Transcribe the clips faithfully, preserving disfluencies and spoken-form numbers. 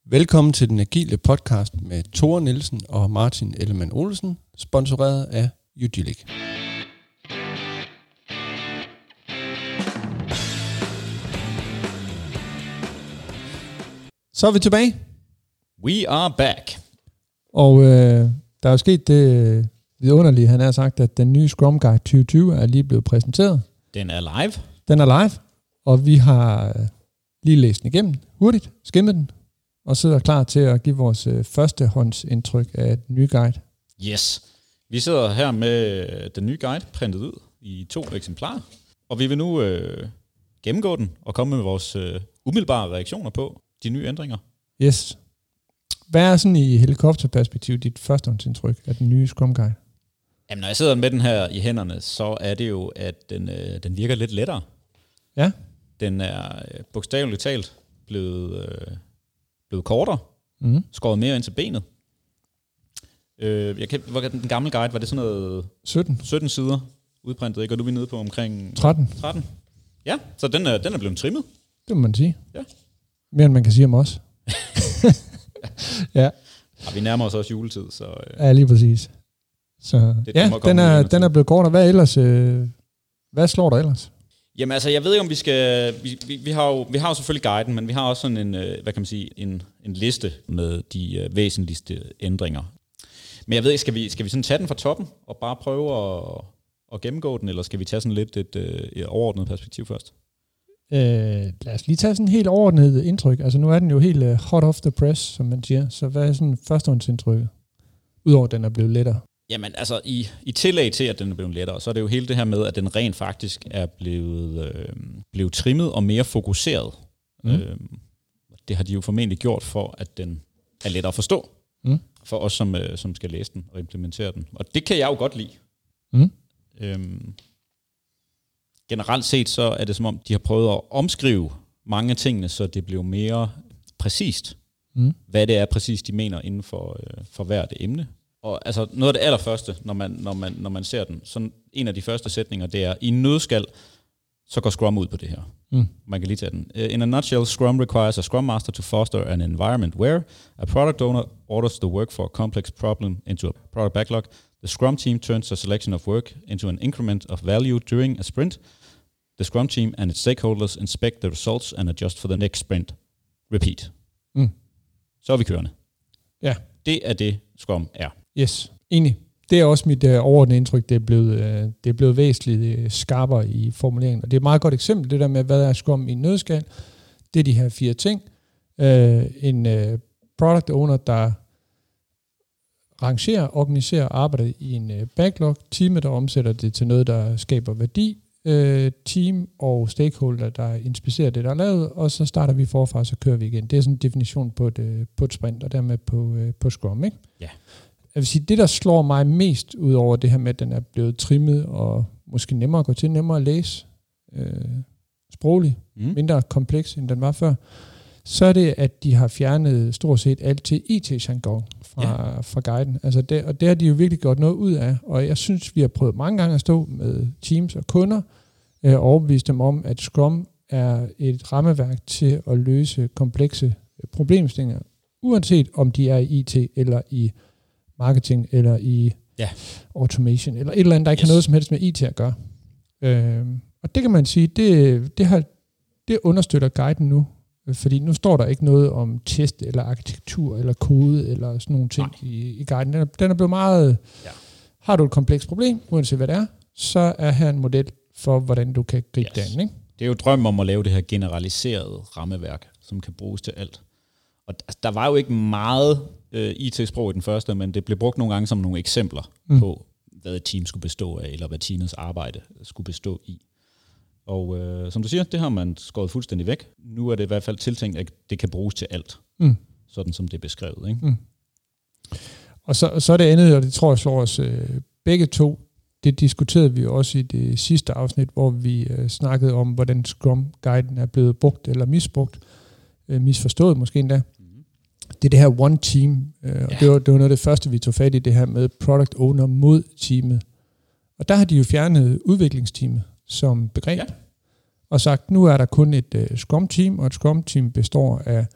Velkommen til den agile podcast med Tore Nielsen og Martin Ellemann Olsen, sponsoreret af Udilic. Så er vi tilbage. We are back. Og øh, der er jo sket det vidunderlige, han har sagt, at den nye Scrum Guide tyve tyve er lige blevet præsenteret. Den er live. Den er live, og vi har lige læst den igennem hurtigt, skimmet den, og sidder klar til at give vores øh, førstehåndsindtryk af den nye guide. Yes. Vi sidder her med den nye guide printet ud i to eksemplarer, og vi vil nu øh, gennemgå den og komme med vores øh, umiddelbare reaktioner på de nye ændringer. Yes. Hvad er sådan i helikopterperspektiv dit førstehåndsindtryk af den nye Scrum Guide? Jamen, når jeg sidder med den her i hænderne, så er det jo, at den, øh, den virker lidt lettere. Ja. Den er øh, bogstaveligt talt blevet, øh, blevet kortere, mm. skåret mere ind til benet. Øh, jeg kan, hvor den gamle guide, var det sådan noget sytten, sytten sider udprintet, ikke? Og nu er vi nede på omkring tretten. tretten. Ja, så den er, den er blevet trimmet. Det må man sige. Ja. Mere end man kan sige om os. Ja. Og vi nærmer os også juletid, så... Øh, ja, lige præcis. Så det ja, den er, den er blevet kortere. Hvad ellers? Øh, hvad slår der ellers? Jamen altså, jeg ved ikke, om vi skal... Vi, vi, vi, har, jo, vi har jo selvfølgelig guiden, men vi har også sådan en, øh, hvad kan man sige, en, en liste med de øh, væsentligste ændringer. Men jeg ved ikke, skal vi, skal vi sådan tage den fra toppen og bare prøve at, at gennemgå den, eller skal vi tage sådan lidt et, et overordnet perspektiv først? Øh, lad os lige tage sådan et helt overordnet indtryk. Altså nu er den jo helt uh, hot off the press, som man siger. Så hvad er sådan førstehåndsindtrykket? Udover at den er blevet lettere. Jamen altså, i, i tillæg til, at den er blevet lettere, så er det jo hele det her med, at den rent faktisk er blevet, øh, blevet trimmet og mere fokuseret. Mm. Øh, det har de jo formentlig gjort for, at den er lettere at forstå. Mm. For os, som, øh, som skal læse den og implementere den. Og det kan jeg jo godt lide. Mm. Øhm, generelt set, så er det som om, de har prøvet at omskrive mange af tingene, så det bliver mere præcist. Mm. Hvad det er præcis, de mener inden for, øh, for hvert emne. Og altså, noget af det allerførste, når man, når man, når man ser den, sådan en af de første sætninger, det er, i nødskal, så går Scrum ud på det her. Mm. Man kan lige tage den. In a nutshell, Scrum requires a Scrum Master to foster an environment where a product owner orders the work for a complex problem into a product backlog. The Scrum team turns a selection of work into an increment of value during a sprint. The Scrum team and its stakeholders inspect the results and adjust for the next sprint. Repeat. Mm. Så er vi kørende. Ja. Det er det, Scrum er. Yes, enig. Det er også mit uh, overordnede indtryk, det er blevet, uh, det er blevet væsentligt uh, skarpere i formuleringen. Og det er et meget godt eksempel, det der med, hvad er Scrum i en nødskal. Det er de her fire ting. Uh, en uh, product owner, der rangerer, organiserer og arbejder i en uh, backlog. Teamet, der omsætter det til noget, der skaber værdi. Uh, team og stakeholder, der inspicerer det, der er lavet. Og så starter vi forfra, så kører vi igen. Det er sådan en definition på et, uh, på et sprint, og dermed på, uh, på Scrum, ikke? Ja. Jeg vil sige, det der slår mig mest ud over det her med, at den er blevet trimmet og måske nemmere at gå til, nemmere at læse, øh, sproglig, mm. mindre kompleks, end den var før, så er det, at de har fjernet stort set alt til I T-jargon fra, ja. fra guiden. Altså det, og det har de jo virkelig gjort noget ud af, og jeg synes, vi har prøvet mange gange at stå med teams og kunder øh, og overbevise dem om, at Scrum er et rammeværk til at løse komplekse problemstillinger, uanset om de er i I T eller i marketing, eller i ja. automation, eller et eller andet, der ikke yes. har noget som helst med I T at gøre. Øhm, og det kan man sige, det, det, har, det understøtter guiden nu, fordi nu står der ikke noget om test, eller arkitektur, eller kode, eller sådan nogle ting i, i guiden. Den er, den er blevet meget, ja. Har du et komplekst problem, uanset hvad det er, så er her en model for, hvordan du kan gribe yes. den. Ikke? Det er jo drømmen om at lave det her generaliserede rammeværk, som kan bruges til alt. Og der var jo ikke meget øh, I T-sprog i den første, men det blev brugt nogle gange som nogle eksempler mm. på, hvad et team skulle bestå af, eller hvad teamets arbejde skulle bestå i. Og øh, som du siger, det har man skåret fuldstændig væk. Nu er det i hvert fald tiltænkt, at det kan bruges til alt, mm. sådan som det er beskrevet. Ikke? Mm. Og så, så er det andet, og det tror jeg slår os øh, begge to, det diskuterede vi også i det sidste afsnit, hvor vi øh, snakkede om, hvordan Scrum-guiden er blevet brugt eller misbrugt, øh, misforstået måske endda. Det er det her one team, øh, og ja. det, var, det var noget af det første, vi tog fat i, det her med product owner mod teamet. Og der har de jo fjernet udviklingsteamet som begreb, ja. og sagt, nu er der kun et uh, Scrum team, og et Scrum team består af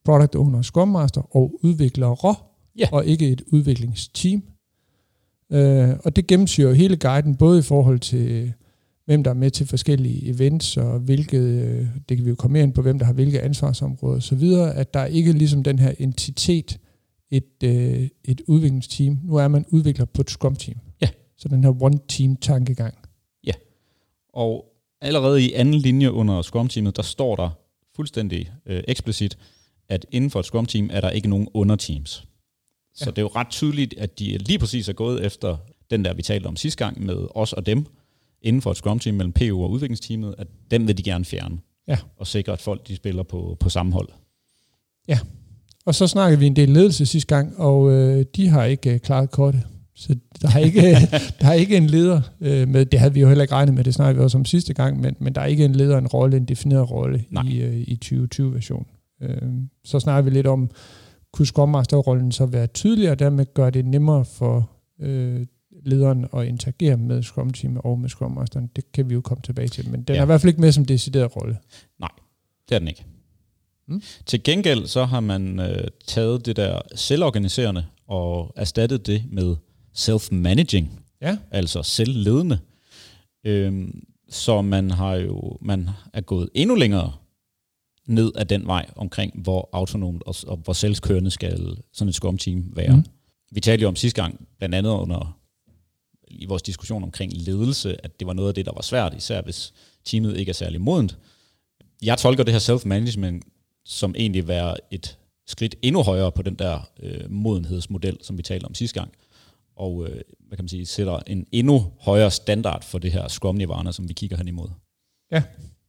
product owner, scrum master og udviklere, ja. og ikke et udviklingsteam. Øh, og det gennemsyrer hele guiden, både i forhold til, hvem der er med til forskellige events, og hvilket, det kan vi jo komme ind på, hvem der har hvilke ansvarsområder, så videre, at der ikke er ligesom den her entitet, et, øh, et udviklingsteam. Nu er man udvikler på et scrum-team. Ja. Så den her one-team-tankegang. Ja, og allerede i anden linje under scrum-teamet, der står der fuldstændig øh, eksplicit, at inden for et scrum-team er der ikke nogen underteams. Så ja. Det er jo ret tydeligt, at de lige præcis er gået efter den der, vi talte om sidste gang med os og dem, inden for et scrum-team mellem P O og udviklingsteamet, at dem vil de gerne fjerne. Ja. Og sikre, at folk de spiller på, på samme hold. Ja, og så snakkede vi en del ledelse sidste gang, og øh, de har ikke øh, klaret kortet. Så der er ikke, der er ikke en leder øh, med, det havde vi jo heller ikke regnet med, det snakkede vi også om sidste gang, men, men der er ikke en leder, en rolle, en defineret rolle i, øh, i tyve tyve-versionen. Øh, så snakker vi lidt om, kunne Scrum Master-rollen så være tydeligere, og dermed gøre det nemmere for øh, lederen at interagere med Scrum-teamet og med Scrum Masteren. Det kan vi jo komme tilbage til, men den ja. er i hvert fald ikke med som decideret rolle. Nej, det er den ikke. Mm. Til gengæld så har man øh, taget det der selvorganiserende og erstattet det med self-managing, ja. altså selvledende. Øhm, så man har jo man er gået endnu længere ned ad den vej omkring, hvor autonomt og, og hvor selvkørende skal sådan et Scrum-team være. Mm. Vi talte jo om sidste gang, blandt andet under i vores diskussion omkring ledelse, at det var noget af det, der var svært, især hvis teamet ikke er særlig modent. Jeg tolker det her self-management som egentlig være et skridt endnu højere på den der øh, modenhedsmodel, som vi talte om sidste gang, og øh, hvad kan man sige, sætter en endnu højere standard for det her Scrum-nirvana, som vi kigger hen imod. Ja.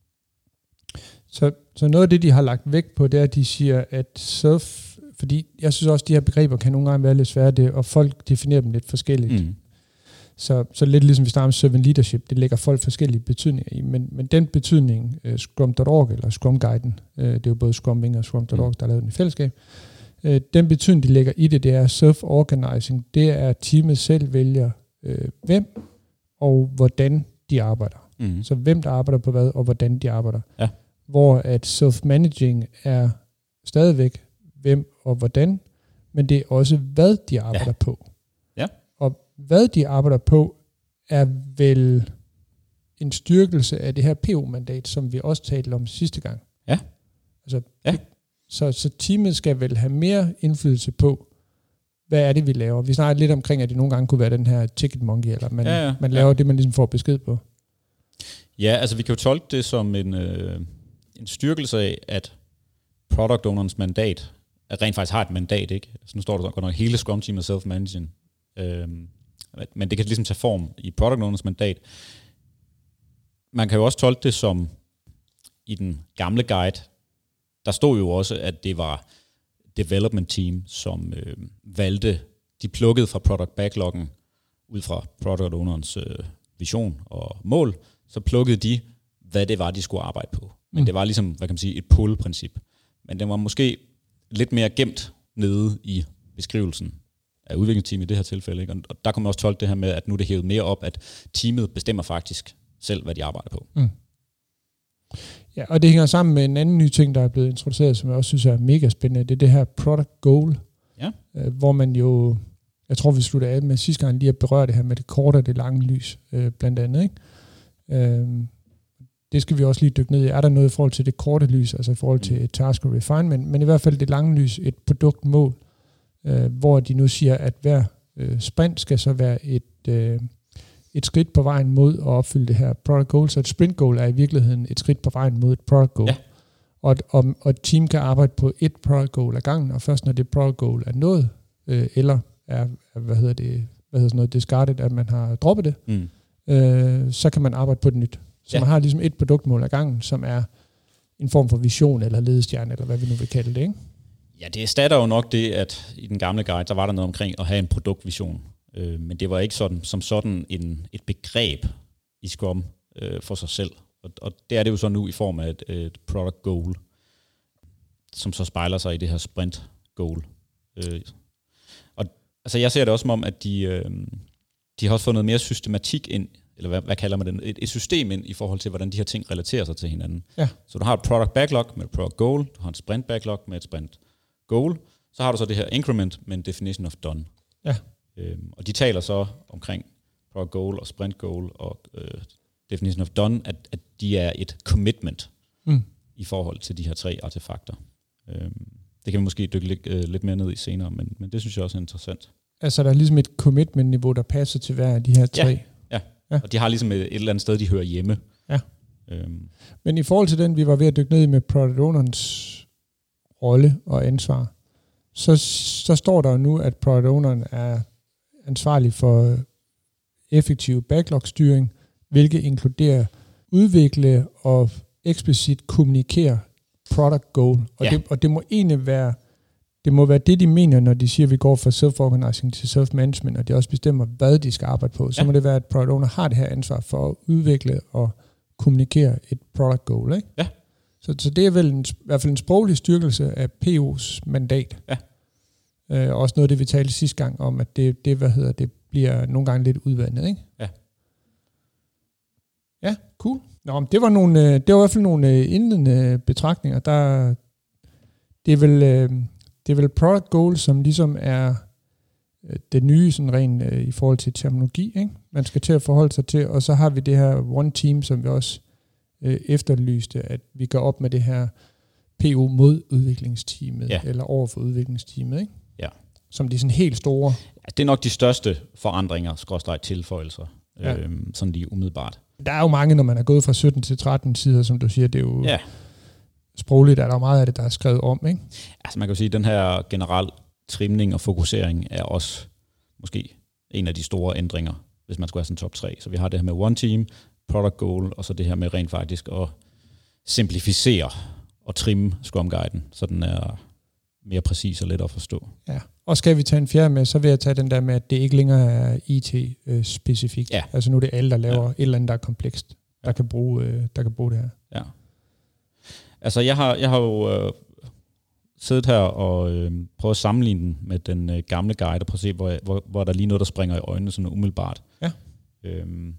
Så, så noget af det, de har lagt vægt på, det er, at de siger, at self, fordi jeg synes også, at de her begreber kan nogle gange være lidt svære, det, og folk definerer dem lidt forskelligt. Mm. Så, så lidt ligesom vi snakker om servant leadership, det lægger folk forskellige betydninger i, men, men den betydning, uh, scrum punktum org eller Scrum-guiden, uh, det er jo både Scrum Wing og Scrum punktum org, mm. der har lavet den i fællesskab, uh, den betydning, de lægger i det, det er self-organizing, det er, at teamet selv vælger, uh, hvem og hvordan de arbejder. Mm. Så hvem der arbejder på hvad, og hvordan de arbejder. Ja. Hvor at self-managing er stadigvæk hvem og hvordan, men det er også, hvad de arbejder ja. på. Ja. Og hvad de arbejder på, er vel en styrkelse af det her P O-mandat, som vi også talte om sidste gang. Ja. Altså, ja. Så, så teamet skal vel have mere indflydelse på, hvad er det, vi laver. Vi snakker lidt omkring, at det nogle gange kunne være den her ticket monkey, eller man, ja, ja. man laver ja. det, man ligesom får besked på. Ja, altså vi kan jo tolke det som en, øh, en styrkelse af, at product ownerens mandat, at rent faktisk har et mandat, ikke? Så nu står der godt nok hele Scrum Team og self-managing, øhm, men det kan ligesom tage form i product owners mandat. Man kan jo også tolke det som, i den gamle guide, der stod jo også, at det var development team, som øh, valgte, de plukkede fra product backloggen, ud fra product ownerens øh, vision og mål, så plukkede de, hvad det var, de skulle arbejde på. Men mm. det var ligesom, hvad kan man sige, et pull-princip. Men det var måske lidt mere gemt nede i beskrivelsen af udviklingsteamet i det her tilfælde. Ikke? Og der kan man også tolke det her med, at nu er det hævet mere op, at teamet bestemmer faktisk selv, hvad de arbejder på. Mm. Ja, og det hænger sammen med en anden ny ting, der er blevet introduceret, som jeg også synes er mega spændende. Det er det her product goal, ja. øh, hvor man jo, jeg tror vi slutter af med sidste gang lige at berøre det her med det korte og det lange lys, øh, blandt andet. Ikke? Øh, det skal vi også lige dykke ned i. Er der noget i forhold til det korte lys, altså i forhold til mm. task og refinement, men i hvert fald det lange lys, et produktmål, øh, hvor de nu siger, at hver øh, sprint skal så være et, øh, et skridt på vejen mod at opfylde det her product goal. Så et sprint goal er i virkeligheden et skridt på vejen mod et product goal. Ja. Og, og, og et team kan arbejde på et product goal ad gangen, og først når det product goal er nået, øh, eller er, hvad hedder det, hvad hedder sådan noget, discarded, at man har droppet det, mm. øh, så kan man arbejde på det nyt. Så ja. man har ligesom et produktmål ad gangen, som er en form for vision eller ledestjerne, eller hvad vi nu vil kalde det, ikke? Ja, det erstatter jo nok det, at i den gamle guide, der var der noget omkring at have en produktvision. Øh, men det var ikke sådan, som sådan en, et begreb i Scrum øh, for sig selv. Og, og det er det jo så nu i form af et, et product goal, som så spejler sig i det her sprint goal. Øh, og altså, jeg ser det også som om, at de, øh, de har også fået noget mere systematik ind, eller hvad, hvad kalder man det, et, et system ind i forhold til, hvordan de her ting relaterer sig til hinanden. Ja. Så du har et product backlog med et product goal, du har et sprint backlog med et sprint goal. Så har du så det her increment med en definition of done. Ja. Øhm, og de taler så omkring product goal og sprint goal og øh, definition of done, at, at de er et commitment mm. i forhold til de her tre artefakter. Øhm, det kan vi måske dykke lidt, øh, lidt mere ned i senere, men, men det synes jeg også er interessant. Altså der er ligesom et commitment-niveau, der passer til hver af de her tre? Ja, ja. ja. Og de har ligesom et, et eller andet sted, de hører hjemme. Ja. Øhm. Men i forhold til den, vi var ved at dykke ned i med product ownerens rolle og ansvar, så, så står der jo nu, at product owneren er ansvarlig for effektiv backlog-styring, hvilket inkluderer udvikle og eksplicit kommunikere product goal. Og, ja. det, og det må egentlig være det må være det, de mener, når de siger, at vi går fra self-organizing til self-management, og de også bestemmer, hvad de skal arbejde på. Så ja. må det være, at product owner har det her ansvar for at udvikle og kommunikere et product goal. Ikke? Ja. Så, så det er vel en, i hvert fald en sproglig styrkelse af P O's mandat. Ja. Øh, også noget af det, vi talte sidste gang om, at det, det, hvad hedder, det bliver nogle gange lidt udvandet. Ikke? Ja. Ja, cool. Nå, det var, nogle, det var i hvert fald nogle indledende betragtninger. Der, det er vel... Det er vel product goal, som ligesom er det nye sådan rent øh, i forhold til terminologi, ikke? Man skal til at forholde sig til, og så har vi det her one team, som vi også øh, efterlyste, at vi går op med det her P O mod udviklingsteamet, ja. eller over for udviklingsteamet, ikke? Ja. Som de sådan helt store. Ja, det er nok de største forandringer, skråstreg tilføjelser, ja. øhm, sådan lige umiddelbart. Der er jo mange, når man er gået fra sytten til tretten sider, som du siger, det er jo... Ja. Sprogligt er der meget af det, der er skrevet om, ikke? Altså man kan jo sige, at den her generel trimning og fokusering er også måske en af de store ændringer, hvis man skulle have sådan top tre. Så vi har det her med one team, product goal, og så det her med rent faktisk at simplificere og trimme Scrum-guiden, så den er mere præcis og let at forstå. Ja, og skal vi tage en fjerde med, så vil jeg tage den der med, at det ikke længere er I T-specifikt. Ja. Altså nu er det alle, der laver ja. et eller andet, der er komplekst, der kan bruge, der kan bruge det her. Ja. Altså, jeg har, jeg har jo øh, siddet her og øh, prøvet at sammenligne den med den øh, gamle guide, og prøve at se, hvor, hvor, hvor der er lige noget, der springer i øjnene sådan umiddelbart. Ja. Øhm,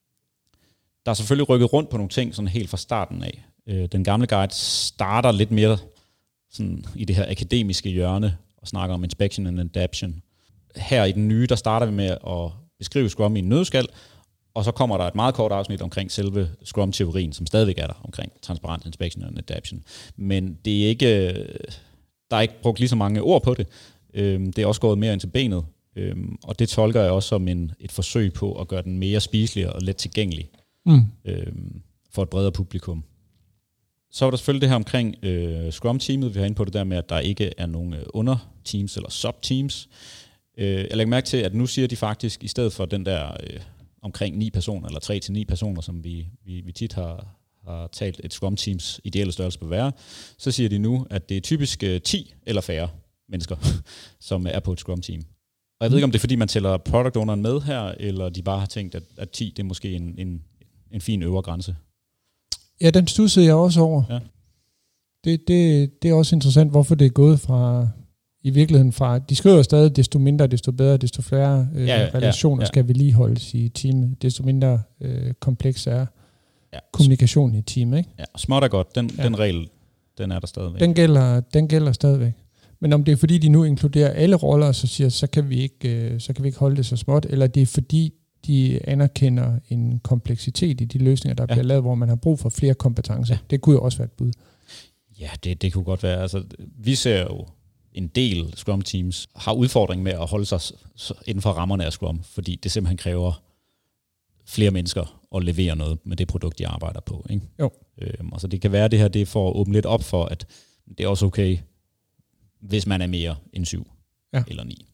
der er selvfølgelig rykket rundt på nogle ting sådan helt fra starten af. Øh, den gamle guide starter lidt mere sådan, i det her akademiske hjørne og snakker om inspection and adaption. Her i den nye, der starter vi med at beskrive Scrum i en nøddeskal, og så kommer der et meget kort afsnit omkring selve Scrum-teorien, som stadigvæk er der, omkring transparent inspection and adaption. Men det er ikke, der er ikke brugt lige så mange ord på det. Det er også gået mere ind til benet, og det tolker jeg også som en, et forsøg på at gøre den mere spiselig og let tilgængelig mm. for et bredere publikum. Så var der selvfølgelig det her omkring øh, Scrum-teamet. Vi har inde på det der med, at der ikke er nogen underteams eller subteams. Jeg lægger mærke til, at nu siger de faktisk, i stedet for den der... Øh, omkring ni personer, eller tre til ni personer, som vi, vi, vi tit har, har talt et Scrum-teams ideelle størrelse på være, så siger de nu, at det er typisk uh, ti eller færre mennesker, som er på et Scrum-team. Og jeg ved ikke, om det er, fordi man tæller product owneren med her, eller de bare har tænkt, at, at ti, det er måske en, en, en fin øvre grænse. Ja, den studsede jeg også over. Ja. Det, det, det er også interessant, hvorfor det er gået fra... I virkeligheden fra, de skriver stadig, desto mindre, desto bedre, desto flere øh, ja, ja, relationer ja, ja. skal vedligeholdes i teamet, desto mindre øh, kompleks er ja. kommunikationen i teamet. Ikke? Ja, småt er godt. Den, ja. den regel, den er der stadigvæk. Den gælder, den gælder stadigvæk. Men om det er fordi, de nu inkluderer alle roller, så siger, så kan vi ikke, øh, så kan vi ikke holde det så småt, eller det er fordi, de anerkender en kompleksitet i de løsninger, der ja. bliver lavet, hvor man har brug for flere kompetencer. Ja. Det kunne jo også være et bud. Ja, det, det kunne godt være. Altså, vi ser jo en del Scrum-teams har udfordring med at holde sig inden for rammerne af Scrum, fordi det simpelthen kræver flere mennesker at levere noget med det produkt, de arbejder på. Ikke? Jo. Øhm, og så det kan være, det her det er for at åbne lidt op for, at det er også okay, hvis man er mere end syv ja. eller ni.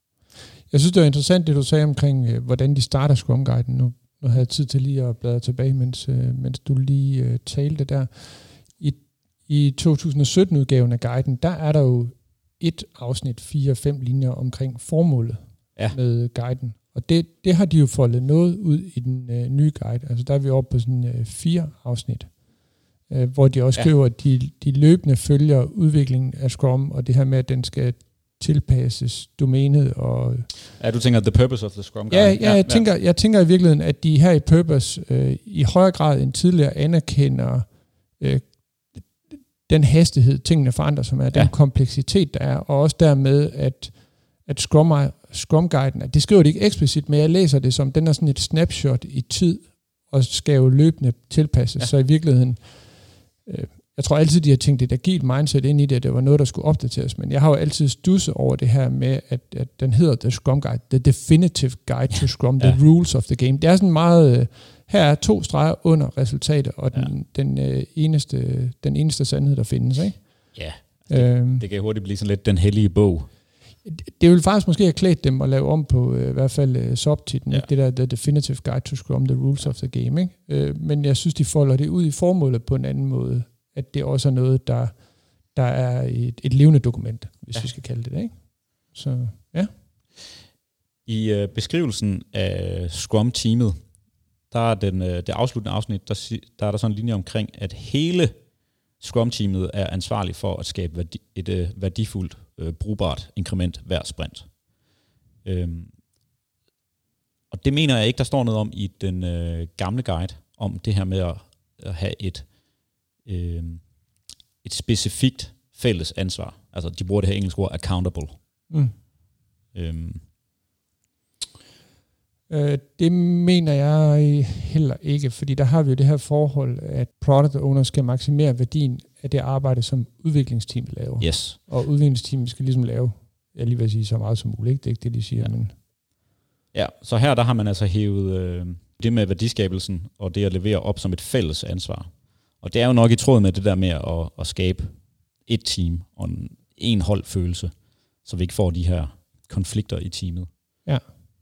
Jeg synes, det var interessant, det du sagde omkring, øh, hvordan de starter Scrum-guiden. Nu, nu havde jeg tid til lige at bladre tilbage, mens, øh, mens du lige øh, talte der. I, i to tusind og sytten-udgaven af guiden, der er der jo et afsnit, fire, fem linjer omkring formålet ja. med guiden. Og det, det har de jo foldet noget ud i den øh, nye guide. Altså der er vi oppe på sådan øh, fire afsnit, øh, hvor de også ja. skriver, at de, de løbende følger udviklingen af Scrum, og det her med, at den skal tilpasses domænet. Og ja, du tænker the purpose of the Scrum guide. Ja, ja, ja, jeg, tænker, jeg tænker i virkeligheden, at de her i purpose øh, i højere grad end tidligere anerkender øh, den hastighed, tingene forandrer sig med, ja. Den kompleksitet, der er, og også dermed, at, at Scrum, Scrum-guiden, det skriver de ikke eksplicit, men jeg læser det som, den er sådan et snapshot i tid, og skal jo løbende tilpasses, ja. Så i virkeligheden, øh, jeg tror altid, de har tænkt et agilt mindset ind i det, at det var noget, der skulle opdateres, men jeg har jo altid stusset over det her med, at, at den hedder The Scrum Guide, The Definitive Guide to Scrum, ja. The Rules of the Game. Det er sådan meget, øh, her er to streger under resultatet, og den, ja. den, øh, eneste, den eneste sandhed, der findes, ikke? Ja, det, øhm, det kan hurtigt blive sådan lidt den hellige bog. Det, det vil faktisk måske have klædt dem at lave om på øh, i hvert fald øh, subtitlen, ja. Det der The Definitive Guide to Scrum, The Rules of the Game, ikke? Øh, men jeg synes, de folder det ud i formålet på en anden måde, at det også er noget, der, der er et, et levende dokument, hvis ja. Vi skal kalde det det, ikke? Så, ja. I øh, beskrivelsen af Scrum-teamet, der er den, øh, det afsluttende afsnit, der, der er der sådan en linje omkring, at hele Scrum-teamet er ansvarlig for at skabe værdi, et øh, værdifuldt, øh, brugbart inkrement hver sprint. Øhm, og det mener jeg ikke, der står noget om i den øh, gamle guide, om det her med at, at have et et specifikt fælles ansvar. Altså, de bruger det her engelske ord, accountable. Mm. Øhm. Øh, det mener jeg heller ikke, fordi der har vi jo det her forhold, at product owner skal maksimere værdien af det arbejde, som udviklingsteamet laver. Yes. Og udviklingsteamet skal ligesom lave, jeg lige vil sige, så meget som muligt. Det er ikke det, de siger, ja. men... Ja, så her der har man altså hævet øh, det med værdiskabelsen, og det at levere op som et fælles ansvar. Og det er jo nok i tråd med det der med at, at skabe et team og en, en holdfølelse, så vi ikke får de her konflikter i teamet. Ja.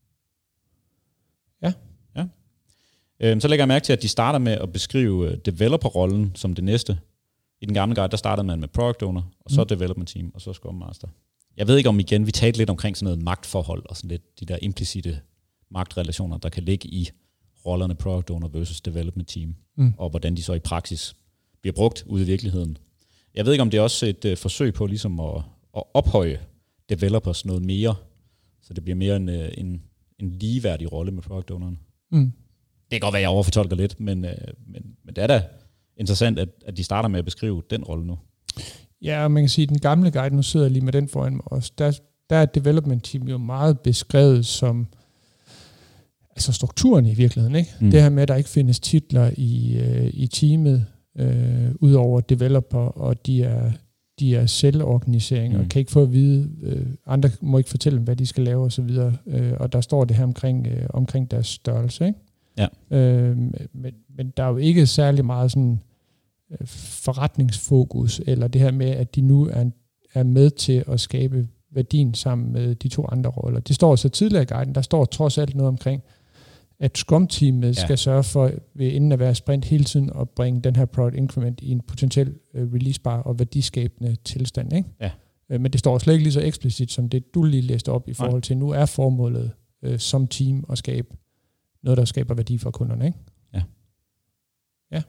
Ja. ja. Øhm, så lægger jeg mærke til, at de starter med at beskrive developer-rollen som det næste. I den gamle guide, der startede man med product owner, og så mm. development team, og så Scrum Master. Jeg ved ikke om igen, vi talte lidt omkring sådan noget magtforhold, og sådan lidt de der implicite magtrelationer, der kan ligge i rollerne product owner versus development team, mm. og hvordan de så i praksis bliver brugt ude i virkeligheden. Jeg ved ikke, om det er også et uh, forsøg på ligesom at, at ophøje developers noget mere, så det bliver mere en, uh, en, en ligeværdig rolle med product owneren. Mm. Det kan godt være, jeg overfortolker lidt, men, uh, men, men det er da interessant, at, at de starter med at beskrive den rolle nu. Ja, man kan sige, at den gamle guide, nu sidder jeg lige med den foran mig også, der, der er development team jo meget beskrevet som altså strukturen i virkeligheden, ikke? Mm. Det her med, at der ikke findes titler i, øh, i teamet, øh, udover developer, og de er, de er selvorganisering, mm. og kan ikke få at vide, øh, andre må ikke fortælle dem, hvad de skal lave, og så videre. Øh, og der står det her omkring, øh, omkring deres størrelse, ikke? Ja. Øh, men, men der er jo ikke særlig meget sådan øh, forretningsfokus, eller det her med, at de nu er, er med til at skabe værdien sammen med de to andre roller. Det står så tidligere i guiden, der står trods alt noget omkring, at Scrum-teamet ja. skal sørge for, ved inden at være sprint hele tiden, at bringe den her product increment i en potentiel uh, releasebar og værdiskabende tilstand. Ikke? Ja. Uh, men det står slet ikke lige så eksplicit, som det du lige læste op i forhold Nej. til, nu er formålet uh, som team at skabe noget, der skaber værdi for kunderne. Ikke? Ja. Ja.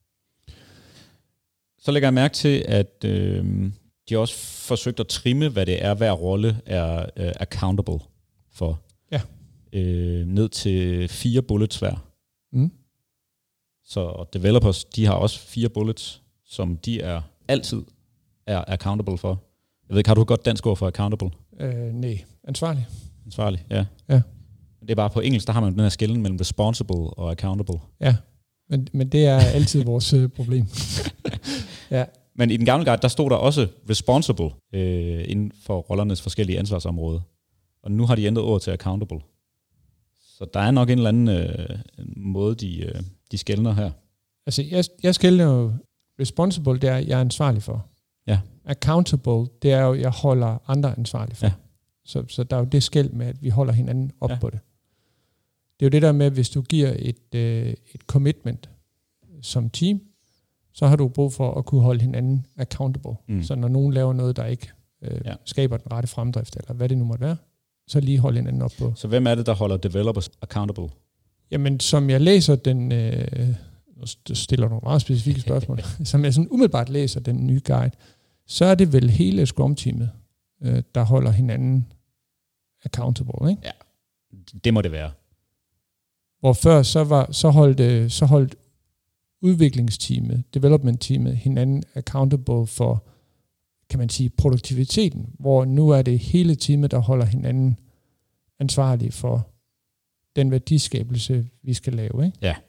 Så lægger jeg mærke til, at øh, de har også forsøgt at trimme, hvad det er, hver rolle er øh, accountable for. Ja. Øh, ned til fire bullets hver. Mm. Så developers, de har også fire bullets, som de er altid er accountable for. Jeg ved ikke, har du et godt dansk ord for accountable? Øh, nej, ansvarlig. Ansvarlig, ja. Ja. Det er bare på engelsk, der har man den her skelnen mellem responsible og accountable. Ja, men, men det er altid vores øh, problem. Ja. Men i den gamle guide, der stod der også responsible øh, inden for rollernes forskellige ansvarsområder. Og nu har de ændret ordet til accountable. Så der er nok en eller anden øh, måde, de, øh, de skelner her. Altså, jeg, jeg skelner jo responsible, det er, jeg er ansvarlig for. Ja. Accountable, det er jo, jeg holder andre ansvarlige for. Ja. Så, så der er jo det skel med, at vi holder hinanden op ja. på det. Det er jo det der med, hvis du giver et, øh, et commitment som team, så har du brug for at kunne holde hinanden accountable. Mm. Så når nogen laver noget, der ikke øh, ja. skaber den rette fremdrift, eller hvad det nu måtte være, så lige holde hinanden op på. Så hvem er det, der holder developers accountable? Jamen, som jeg læser den, øh, nu stiller du nogle meget specifikke spørgsmål, som jeg sådan umiddelbart læser den nye guide, så er det vel hele Scrum-teamet, øh, der holder hinanden accountable, ikke? Ja, det må det være. Hvor før så var så holdt så holdt udviklingsteamet, development-teamet, hinanden accountable for, kan man sige, produktiviteten, hvor nu er det hele teamet, der holder hinanden ansvarlig for den værdiskabelse, vi skal lave. Ikke? Ja.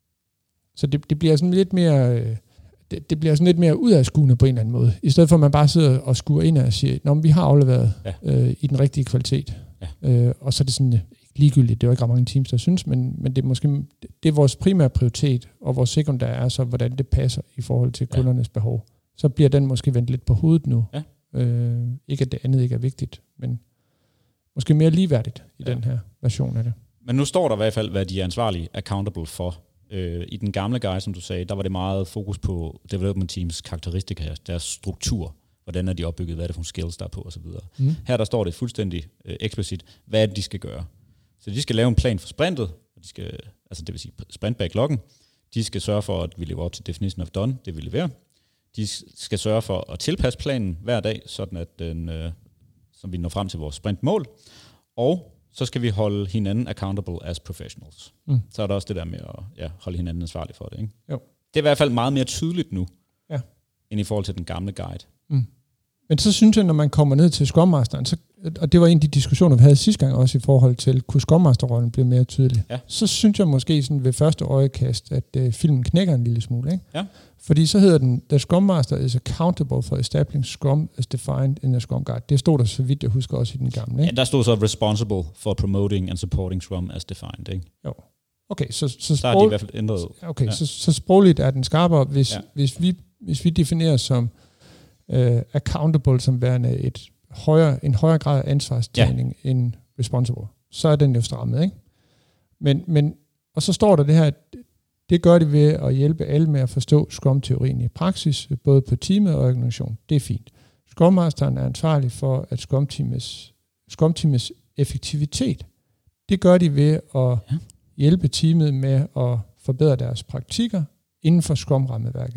Så det, det bliver sådan lidt mere, det, det bliver sådan lidt mere udadskuende på en eller anden måde, i stedet for at man bare sidder og skuer ind og siger, nå, men vi har afleveret ja. øh, i den rigtige kvalitet. Ja. Øh, og så er det sådan ligegyldigt, det er jo ikke ret mange teams, der synes, men, men det er måske det er vores primære prioritet, og vores sekundære er så, hvordan det passer i forhold til ja. kundernes behov. Så bliver den måske vendt lidt på hovedet nu. Ja. Øh, ikke at det andet ikke er vigtigt, men måske mere ligeværdigt i ja. den her version af det. Men nu står der i hvert fald, hvad de er ansvarlige, accountable for. Øh, I den gamle guide, som du sagde, der var det meget fokus på development teams karakteristika, deres struktur. Hvordan er de opbygget, hvad er det for nogle skills, der er på osv. Mm. Her der står det fuldstændig øh, eksplicit, hvad er det, de skal gøre. Så de skal lave en plan for sprintet, og de skal, altså det vil sige sprint backloggen. De skal sørge for, at vi lever op til definition of done, det vi leverer. De skal sørge for at tilpasse planen hver dag, sådan at den, øh, som vi når frem til vores sprintmål. Og så skal vi holde hinanden accountable as professionals. Mm. Så er der også det der med at ja, holde hinanden ansvarlig for det. Ikke? Jo. Det er i hvert fald meget mere tydeligt nu, ja. end i forhold til den gamle guide. Mm. Men så synes jeg, når man kommer ned til Scrum Masteren, så, og det var en af de diskussioner, vi havde sidste gang også i forhold til, kunne Scrum Master-rollen blive mere tydelig, ja. så synes jeg måske sådan ved første øjekast, at øh, filmen knækker en lille smule. Ikke? Ja. Fordi så hedder den, The Scrum Master is accountable for establishing Scrum as defined in the Scrum Guide. Det stod der, så vidt jeg husker, også i den gamle. Ikke? Ja, der stod så responsible for promoting and supporting Scrum as defined. Ikke? Jo. Okay, så, så, der er de i hvert fald ændret. Okay, ja. så, så sprogligt er den skarpere, hvis, ja. hvis, vi, hvis vi definerer som uh, accountable som værende et højere, en højere grad af ansvarstagning ja. end responsible, så er den jo strammet, ikke? Men, men, og så står der det her, det gør de ved at hjælpe alle med at forstå Scrum-teorien i praksis, både på teamet og organisation. Det er fint. Scrum Masteren er ansvarlig for, at Scrum-teamets, Scrum-teamets effektivitet, det gør de ved at ja. hjælpe teamet med at forbedre deres praktikker inden for Scrum-rammeværket.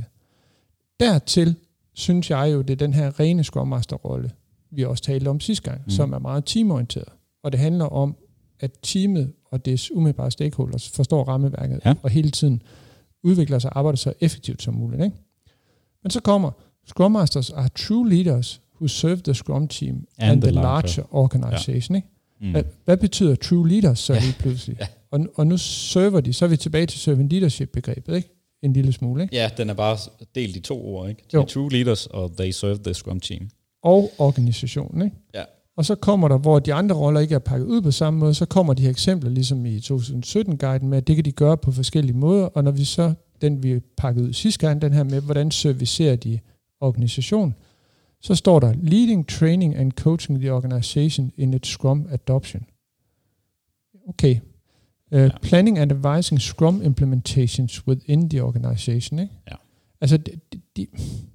Dertil synes jeg jo, det er den her rene Scrum Master-rolle, vi også talte om sidste gang, mm. som er meget teamorienteret. Og det handler om, at teamet og dets umiddelbare stakeholders forstår rammeværket, ja. og hele tiden udvikler sig og arbejder så effektivt som muligt. Ikke? Men så kommer, Scrum Masters are true leaders who serve the Scrum team and, and the, the larger organization. Ja. Ikke? Mm. Hvad, hvad betyder true leaders så lige pludselig? Ja. Og, og nu server de, så er vi tilbage til servant leadership-begrebet, ikke? En lille smule, ikke? Ja, den er bare delt i to ord, ikke? De er true leaders, og they serve the Scrum team. Og organisationen, ikke? Ja. Og så kommer der, hvor de andre roller ikke er pakket ud på samme måde, så kommer de her eksempler, ligesom i to tusind sytten-guiden, med, at det kan de gøre på forskellige måder, og når vi så, den vi pakket ud sidste gang, den her med, hvordan servicerer de organisation, så står der, leading, training and coaching the organization in its Scrum adoption. Okay. Uh, ja. Planning and advising Scrum implementations within the organization, ikke? Ja. Altså, det, det,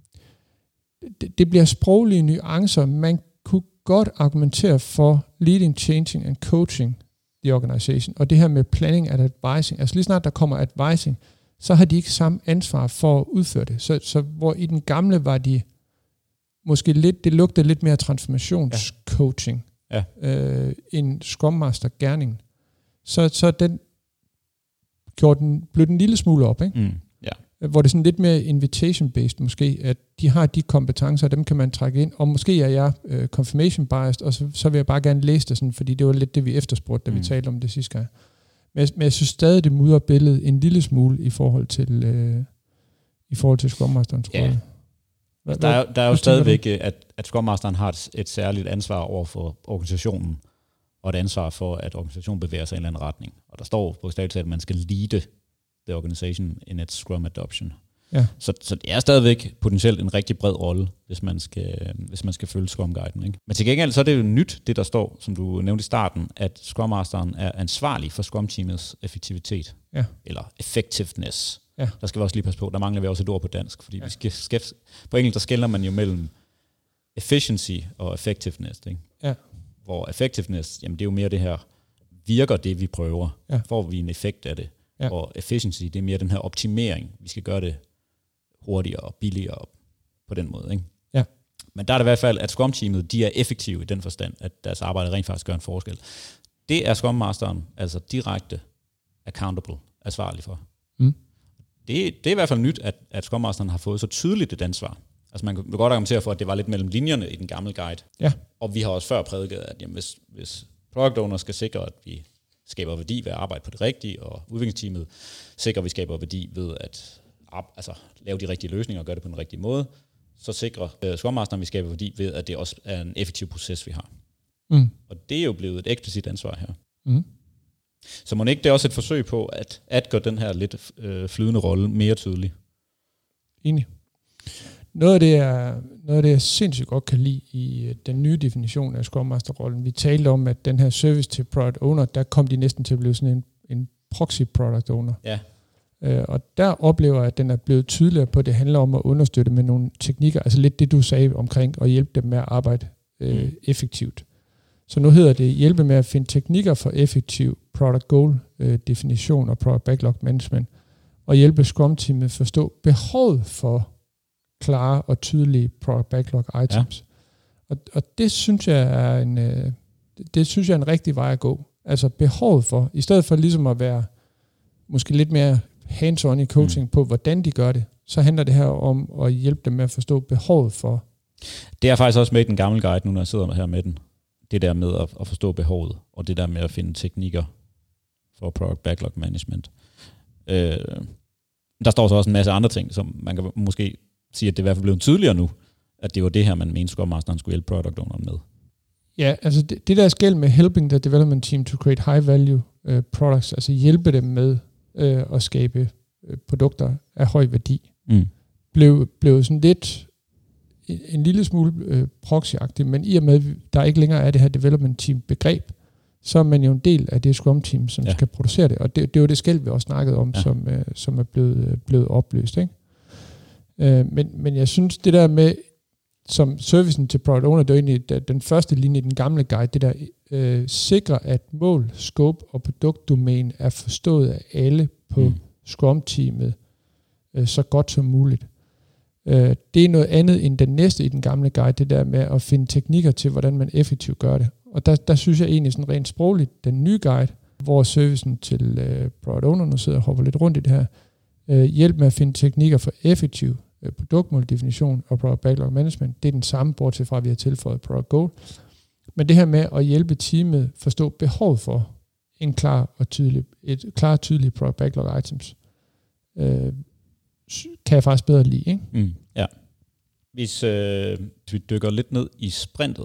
det, det bliver sproglige nuancer. Man kunne godt argumentere for leading, changing and coaching the organization, og det her med planning and advising, altså lige snart der kommer advising, så har de ikke samme ansvar for at udføre det. Så, så hvor i den gamle var de måske lidt, det lugtede lidt mere transformationscoaching, ja. Ja. Øh, end Scrum Master gerningen. Så, så den gjorde den, blev den en lille smule op, ikke? Mm, ja. Hvor det er sådan lidt mere invitation-based måske, at de har de kompetencer, dem kan man trække ind, og måske er jeg uh, confirmation biased, og så, så vil jeg bare gerne læse det sådan, fordi det var lidt det, vi efterspurgte, da mm. vi talte om det sidste gang. Men, men jeg synes stadig, det mudrer billedet en lille smule i forhold til, uh, i forhold til Scrum Masterens rolle. Yeah. Hvad, der er, der er jo stadigvæk, at, at Scrum Masteren har et, et særligt ansvar over for organisationen, og et ansvar for, at organisationen bevæger sig i en eller anden retning. Og der står bogstaveligt talt, at man skal leade the organization in its Scrum adoption. Ja. Så, så det er stadigvæk potentielt en rigtig bred rolle, hvis man skal, hvis man skal følge Scrum-guiden. Ikke? Men til gengæld så er det jo nyt, det der står, som du nævnte i starten, at Scrum Masteren er ansvarlig for Scrum-teamets effektivitet. Ja. Eller effectiveness. Ja. Der skal vi også lige passe på. Der mangler vi også et ord på dansk, fordi ja. vi skal, skal, på engelsk der skelner man jo mellem efficiency og effectiveness. Ikke? Ja. Hvor effectiveness, jamen det er jo mere det her, virker det, vi prøver? Ja. Får vi en effekt af det? Ja. Og efficiency, det er mere den her optimering. Vi skal gøre det hurtigere og billigere på den måde. Ikke? Ja. Men der er det i hvert fald, at Scrum-teamet, de er effektive i den forstand, at deres arbejde rent faktisk gør en forskel. Det er Scrum Masteren altså direkte accountable, ansvarlig for. Mm. Det det, det er i hvert fald nyt, at, at Scrum Masteren har fået så tydeligt et ansvar. Altså man kan godt argumentere for, at det var lidt mellem linjerne i den gamle guide. Ja. Og vi har også før prædiket, at jamen, hvis, hvis product owner skal sikre, at vi skaber værdi ved at arbejde på det rigtige, og udviklingsteamet sikrer, at vi skaber værdi ved at altså, lave de rigtige løsninger og gøre det på den rigtige måde, så sikrer uh, Scrum Masteren, at vi skaber værdi ved, at det også er en effektiv proces, vi har. Mm. Og det er jo blevet et eksplicit ansvar her. Mm. Så må ikke det er også et forsøg på, at, at gøre den her lidt øh, flydende rolle mere tydelig? Enig. Noget af det, er, noget af det, jeg sindssygt godt kan lide i den nye definition af Scrum Master-rollen, vi talte om, at den her service til product owner, der kom de næsten til at blive sådan en, en proxy product owner. Ja. Øh, og der oplever jeg, at den er blevet tydeligere på, at det handler om at understøtte med nogle teknikker, altså lidt det, du sagde omkring, at hjælpe dem med at arbejde øh, mm. effektivt. Så nu hedder det hjælpe med at finde teknikker for effektiv product goal øh, definition og product backlog management, og hjælpe Scrum-teamet at forstå behovet for klare og tydelige product backlog items. Ja. Og, og det synes jeg er en øh, det synes jeg er en rigtig vej at gå. Altså behovet for, i stedet for ligesom at være måske lidt mere hands-on i coaching mm. på, hvordan de gør det, så handler det her om at hjælpe dem med at forstå behovet for. Det er faktisk også med i den gamle guide, nu når jeg sidder her med den. Det der med at, at forstå behovet, og det der med at finde teknikker for product backlog management. Øh, der står så også en masse andre ting, som man kan måske sige, at det er i hvert fald blevet tydeligere nu, at det var det her, man mente, Scrum Masteren skulle hjælpe product owneren med. Ja, altså det, det der skæld med helping the development team to create high value uh, products, altså hjælpe dem med uh, at skabe uh, produkter af høj værdi, mm. blev, blev sådan lidt en, en lille smule uh, proxy-agtigt, men i og med, der ikke længere er det her development team begreb, så er man jo en del af det Scrum team, som ja. skal producere det, og det, det var det skæld, vi også snakkede om, ja. som, uh, som er blevet, blevet opløst, ikke? Uh, men, men jeg synes, det der med som servicen til product owner, det er egentlig den første linje i den gamle guide, det der øh, sikrer, at mål, scope og produktdomæne er forstået af alle på mm. Scrum-teamet øh, så godt som muligt. Øh, det er noget andet end den næste i den gamle guide, det der med at finde teknikker til, hvordan man effektivt gør det. Og der, der synes jeg egentlig sådan rent sprogligt, den nye guide, hvor servicen til øh, product owner, nu sidder og hopper lidt rundt i det her, øh, hjælp med at finde teknikker for effektiv produktmåldefinition og product backlog management, det er den samme, bortset fra, at vi har tilføjet product goal. Men det her med at hjælpe teamet forstå behov for en klar og tydelig, et klar og tydeligt product backlog items, øh, kan jeg faktisk bedre lide, ikke? Mm, ja. Hvis øh, vi dykker lidt ned i sprintet,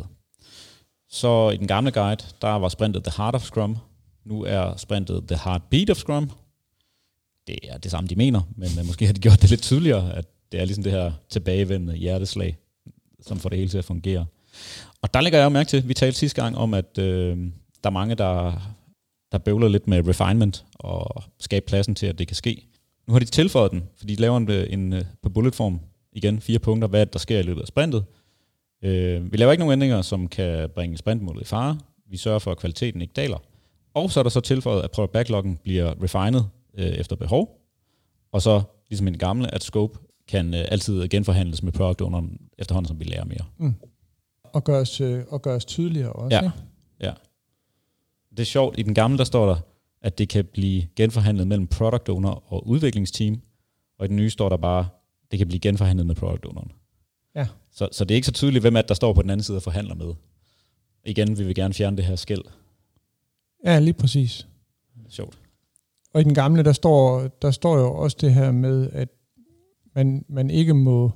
så i den gamle guide, der var sprintet the heart of Scrum, nu er sprintet the heartbeat of Scrum. Det er det samme, de mener, men øh, måske har de gjort det lidt tydeligere, at det er ligesom det her tilbagevendende hjerteslag, som får det hele til at fungere. Og der lægger jeg jo mærke til, vi talte sidste gang om, at øh, der er mange, der, der bøvler lidt med refinement og skabe pladsen til, at det kan ske. Nu har de tilføjet den, fordi de laver en, en på bulletform, igen fire punkter, hvad der sker i løbet af sprintet. Øh, vi laver ikke nogen ændringer, som kan bringe sprintmålet i fare. Vi sørger for, at kvaliteten ikke daler. Og så er der så tilføjet, at product backloggen bliver refinet øh, efter behov. Og så, ligesom i den gamle, at scope kan øh, altid genforhandles med product owneren efterhånden, som vi lærer mere. Mm. Og gøres, øh, og gøres tydeligere også, ja. Ikke? Ja. Det er sjovt. I den gamle, der står der, at det kan blive genforhandlet mellem product owner og udviklingsteam, og i den nye står der bare, det kan blive genforhandlet med product owneren. Ja. Så, så det er ikke så tydeligt, hvem er det, der står på den anden side og forhandler med. Igen, vi vil gerne fjerne det her skel. Ja, lige præcis. Sjovt. Og i den gamle, der står, der står jo også det her med, at man, man ikke må,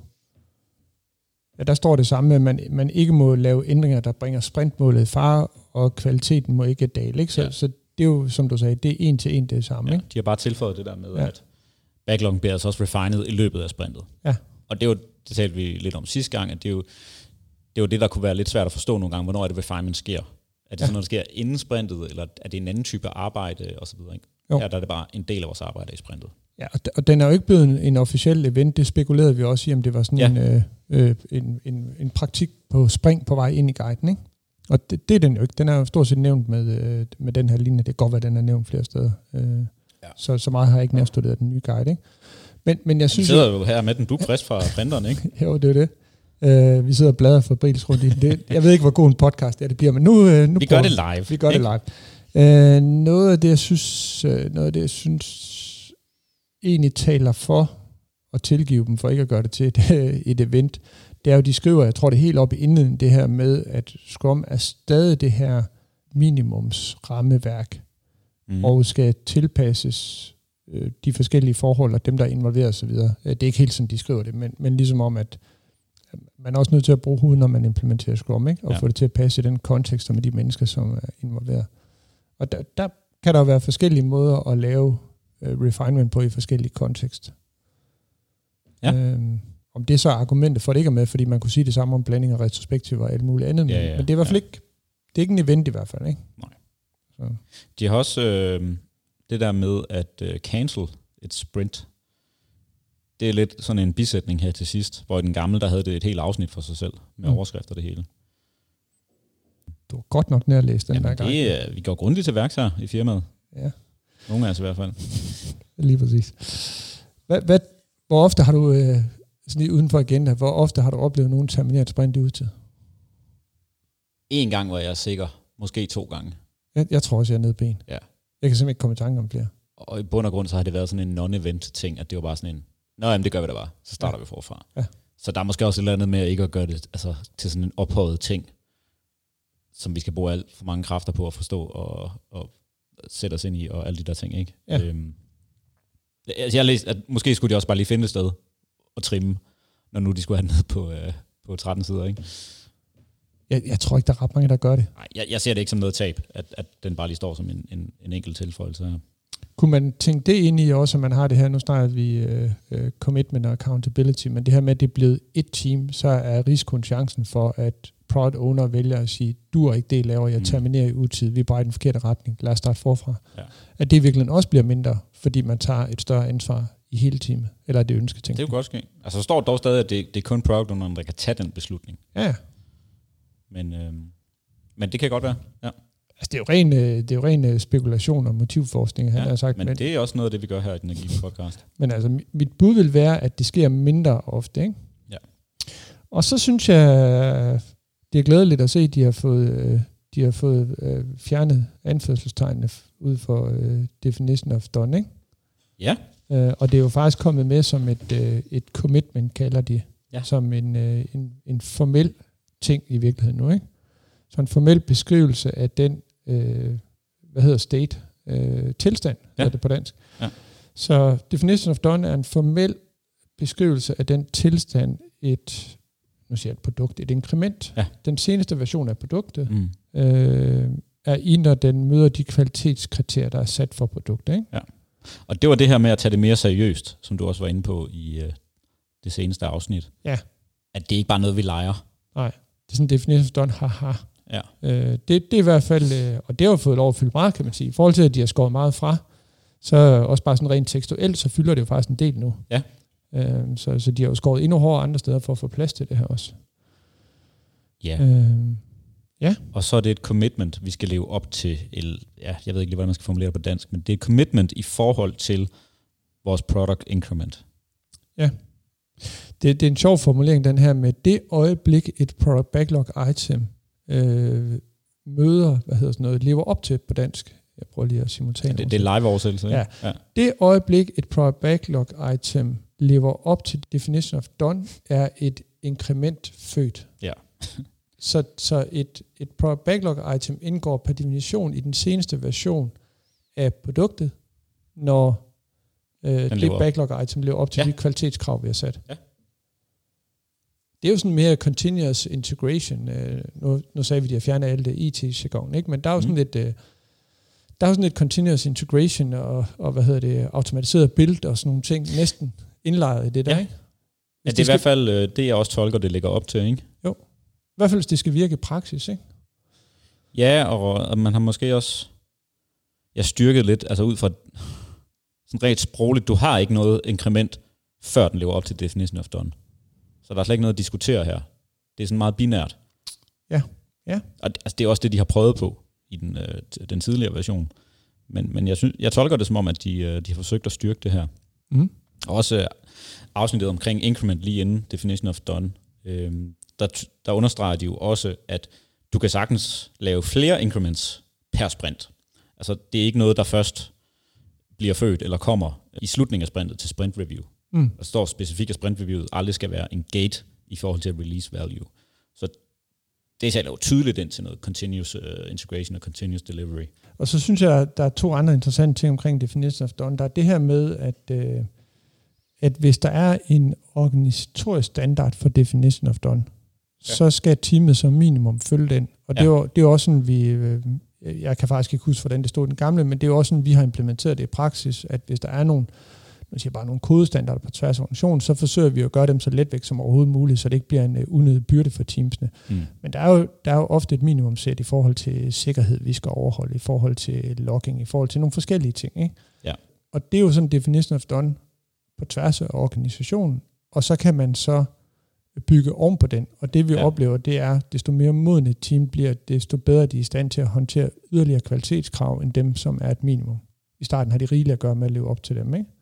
ja, der står det samme, at man, man ikke må lave ændringer, der bringer sprintmålet i fare, og kvaliteten må ikke dale. Ikke? Så, ja. så det er jo, som du sagde, det er en til en det samme. Ja, ikke? De har bare tilføjet det der med, ja. at backloggen bliver altså også refinet i løbet af sprintet. Ja. Og det er jo, det talte vi lidt om sidste gang, at det er jo det, er jo det der kunne være lidt svært at forstå nogle gange, hvornår er det refinement sker. Er det ja. sådan noget, der sker inden sprintet, eller er det en anden type arbejde, og så videre, ikke? Her der er det bare en del af vores arbejde i sprintet. Ja, og den er jo ikke blevet en, en officiel event, det spekulerede vi også i, om det var sådan ja. en, øh, øh, en, en, en praktik på spring på vej ind i guiden, ikke? Og det, det er den jo ikke. Den er jo stort set nævnt med, øh, med den her linje. Det kan godt være, den er nævnt flere steder. Øh, ja. så, så meget har jeg ikke nærstuderet den nye guide, ikke? Men, men jeg synes... Vi sidder jo her med den dukfrisk fra printeren, ikke? Jo, det er det. Uh, vi sidder og bladrer for Brils rundt i det. Jeg ved ikke, hvor god en podcast det, er, det bliver, men nu... Uh, nu vi gør det live. Vi gør ikke? det live. Uh, noget af det, jeg synes... Uh, noget af det, jeg synes... egentlig taler for at tilgive dem for ikke at gøre det til et, et event, det er jo, de skriver, jeg tror det er helt op i indledningen, det her med, at Scrum er stadig det her minimumsrammeværk, mm. og skal tilpasses øh, de forskellige forhold, og dem, der er involveret osv. Det er ikke helt sådan, de skriver det, men, men ligesom om, at man er også nødt til at bruge hovedet, når man implementerer Scrum, ikke? Og ja. få det til at passe i den kontekst, og med de mennesker, som er involveret. Og der, der kan der jo være forskellige måder at lave uh, refinement på i forskellige kontekster. Ja. Øhm, om det så er argumentet for, at det ikke er med, fordi man kunne sige det samme om blanding og retrospektiv og alt muligt andet, ja, ja, men det er i hvert fald ja. ikke, det er ikke en event i hvert fald, ikke? Nej. Så. De har også øh, det der med at øh, cancel et sprint. Det er lidt sådan en bisætning her til sidst, hvor i den gamle, der havde det et helt afsnit for sig selv, med mm. overskrifter det hele. Du har godt nok nærlæst den Jamen der gang. Det, uh, vi går grundigt til værks her i firmaet. Ja. Nogle af os i hvert fald. Lige præcis. Hvad, hvad, hvor ofte har du, øh, sådan lige uden for agenda, hvor ofte har du oplevet nogen termineret sprint ud til? En gang var jeg sikker. Måske to gange. Jeg, jeg tror også, jeg er nede ben. Ja. Jeg kan simpelthen ikke komme i tanke om flere. Og i bund og grund, så har det været sådan en non-event ting, at det var bare sådan en, nå jamen, det gør vi da bare. Så starter ja. vi forfra. Ja. Så der er måske også et eller andet med at ikke at gøre det altså, til sådan en ophøjet ting, som vi skal bruge alt for mange kræfter på at forstå og, og sætte os ind i, og alle de der ting, ikke? Ja. Øhm, jeg har læst, at måske skulle de også bare lige finde et sted og trimme, når nu de skulle have ned på, øh, på tretten sider, ikke? Jeg, jeg tror ikke, der er ret mange, der gør det. Nej, jeg, jeg ser det ikke som noget tab, at, at den bare lige står som en, en, en enkelt tilføjelse her. Kunne man tænke det ind i også, at man har det her, nu snakker vi uh, commitment og accountability, men det her med, at det er blevet et team, så er risikoen chancen for, at product owner vælger at sige, du er ikke det, laver, jeg terminerer i utid, vi er bare i den forkerte retning, lad os starte forfra. Ja. At det virkelig også bliver mindre, fordi man tager et større ansvar i hele teamet, eller det ønske ting. Det er jo godt ske. Altså der står dog stadig, at det, det er kun product owneren, der kan tage den beslutning. Ja. Men, øh, men det kan godt være, ja. Altså, det er jo ren, det er jo ren spekulation og motivforskning, han ja, har sagt. Men, men det er også noget af det, vi gør her i den Agile podcast. Men altså, mit bud vil være, at det sker mindre ofte, ikke? Ja. Og så synes jeg, det er glædeligt at se, at de har fået, de har fået øh, fjernet anførselstegnene ud for øh, definition of done, ikke? Ja. Øh, og det er jo faktisk kommet med som et, øh, et commitment, kalder de, ja. som en, øh, en, en formel ting i virkeligheden nu, ikke? Så en formel beskrivelse af den, øh, hvad hedder state, øh, tilstand, ja. er det på dansk. Ja. Så definition of done er en formel beskrivelse af den tilstand, et, nu siger jeg et produkt, et inkrement. Ja. Den seneste version af produktet, mm. øh, er i, når den møder de kvalitetskriterier, der er sat for produktet, ikke? Ja. Og det var det her med at tage det mere seriøst, som du også var inde på i øh, det seneste afsnit. Ja. At det ikke bare er noget, vi leger. Nej, det er sådan en definition of done, haha. Ja. Øh, det, det er i hvert fald, øh, og det har jo fået lov at fylde meget, kan man sige. I forhold til, at de har skåret meget fra, så også bare sådan rent tekstuelt, så fylder det jo faktisk en del nu. Ja. Øh, så, så de har jo skåret endnu hårdere andre steder for at få plads til det her også. Ja. Øh, ja. Og så er det et commitment, vi skal leve op til. El, ja, jeg ved ikke lige, hvordan man skal formulere det på dansk, men det er et commitment i forhold til vores product increment. Ja. Det, det er en sjov formulering, den her med det øjeblik, et product backlog item øh, møder, hvad hedder sådan noget, lever op til på dansk. Jeg prøver lige at simultant. Ja, det, det er live-oversættelse, ikke? Ja. ja. Det øjeblik, et product backlog item lever op til definition of done, er et inkrement født. Ja. så så et, et product backlog item indgår per definition i den seneste version af produktet, når øh, det backlog item lever op til ja. de kvalitetskrav, vi har sat. Ja. Det er jo sådan mere continuous integration. Nu, nu sagde vi, at de har fjernet alt det I T-jargon, ikke? Men der er jo mm. sådan lidt, der er jo sådan lidt continuous integration og, og hvad hedder det, automatiseret build og sådan nogle ting næsten indlejret i det der, ja. ikke? Ja, det er i hvert fald det, jeg også tolker, det ligger op til, ikke? Jo. I hvert fald, hvis det skal virke i praksis, ikke? Ja, og, og man har måske også jeg styrket lidt, altså ud fra sådan rent sprogligt, du har ikke noget inkrement, før den lever op til definition of done. Så der er slet ikke noget at diskutere her. Det er sådan meget binært. Ja, ja. Og altså, det er også det, de har prøvet på i den, øh, den tidligere version. Men, men jeg, synes, jeg tolker det som om, at de, øh, de har forsøgt at styrke det her. Mm. Og også øh, afsnittet omkring increment lige inden definition of done, øh, der, der understreger de jo også, at du kan sagtens lave flere increments per sprint. Altså det er ikke noget, der først bliver født eller kommer i slutningen af sprintet til sprint review. Mm. Der står specifikt, at sprint reviewet aldrig skal være en gate i forhold til release value. Så det er jo tydeligt ind til noget continuous uh, integration og continuous delivery. Og så synes jeg, at der er to andre interessante ting omkring definition of done. Der er det her med, at, øh, at hvis der er en organisatorisk standard for definition of done, ja. så skal teamet som minimum følge den. Og det, ja. er, jo, det er jo også sådan, vi... Øh, jeg kan faktisk ikke huske, hvordan det stod i den gamle, men det er jo også sådan, vi har implementeret det i praksis, at hvis der er nogle, man siger bare nogle kodestandarder på tværs af organisationen, så forsøger vi at gøre dem så let væk som overhovedet muligt, så det ikke bliver en uh, unødig byrde for teamsene. Mm. Men der er, jo, der er jo ofte et minimumsæt i forhold til sikkerhed, vi skal overholde, i forhold til logging, i forhold til nogle forskellige ting. Ikke? Ja. Og det er jo sådan en definition of done på tværs af organisationen, og så kan man så bygge oven på den. Og det vi ja. oplever, det er, desto mere modne et team bliver, desto bedre de er i stand til at håndtere yderligere kvalitetskrav, end dem, som er et minimum. I starten har de rigeligt at gøre med at leve op til dem, ikke?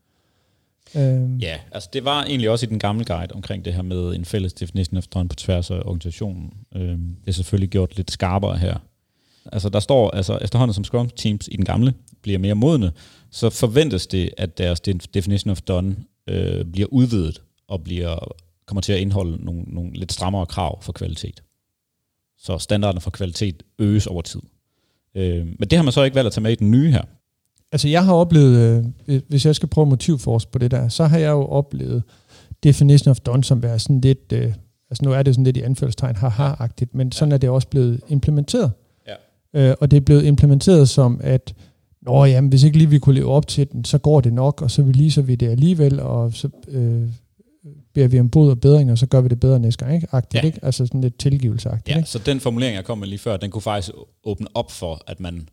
Øhm. Ja, altså det var egentlig også i den gamle guide omkring det her med en fælles definition of done på tværs af organisationen. Øhm, det er selvfølgelig gjort lidt skarpere her. Altså der står, altså efterhånden som Scrum Teams i den gamle bliver mere modne, så forventes det, at deres definition of done øh, bliver udvidet og bliver kommer til at indeholde nogle, nogle lidt strammere krav for kvalitet. Så standarderne for kvalitet øges over tid. Øh, men det har man så ikke valgt at tage med i den nye her. Altså jeg har oplevet, øh, hvis jeg skal prøve motivforsk på det der, så har jeg jo oplevet definition of done som være sådan lidt, øh, altså nu er det sådan lidt i anførselstegn, haha-agtigt, men sådan ja. er det også blevet implementeret. Ja. Øh, og det er blevet implementeret som, at nå jamen, hvis ikke lige vi kunne leve op til den, så går det nok, og så releaser vi det alligevel, og så øh, beder vi om bod og bedring, og så gør vi det bedre næste gang, ikke? Agtigt, ja. ikke? Altså sådan lidt tilgivelseagtigt. Ja, ikke? så den formulering, jeg kom med lige før, den kunne faktisk åbne op for, at man,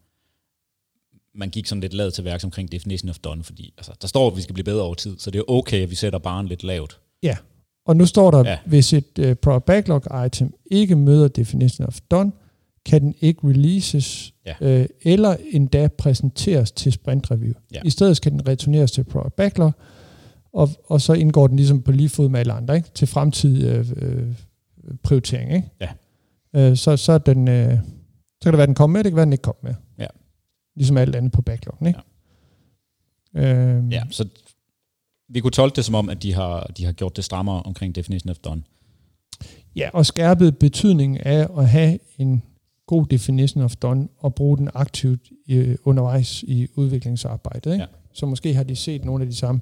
man gik sådan lidt ladet til værks omkring definition of done, fordi altså, der står, at vi skal blive bedre over tid, så det er okay, at vi sætter barren lidt lavt. Ja, og nu står der, ja. hvis et uh, product backlog item ikke møder definition of done, kan den ikke releases, ja. øh, eller endda præsenteres til sprint review. Ja. I stedet skal den returneres til product backlog, Og, og så indgår den ligesom på lige fod med alle andre, ikke? Til fremtidig øh, øh, prioritering. Ikke? Ja. Øh, så, så, den, øh, så kan det være, den kommer med, det kan være, den ikke kommer med. Ja. Ligesom alt andet på backloggen. Ikke? Ja. Øh, ja, så vi kunne tolke det som om, at de har, de har gjort det strammere omkring definition of done. Ja, og skærpet betydningen af at have en god definition of done, og bruge den aktivt i, undervejs i udviklingsarbejdet. Ikke? Ja. Så måske har de set nogle af de samme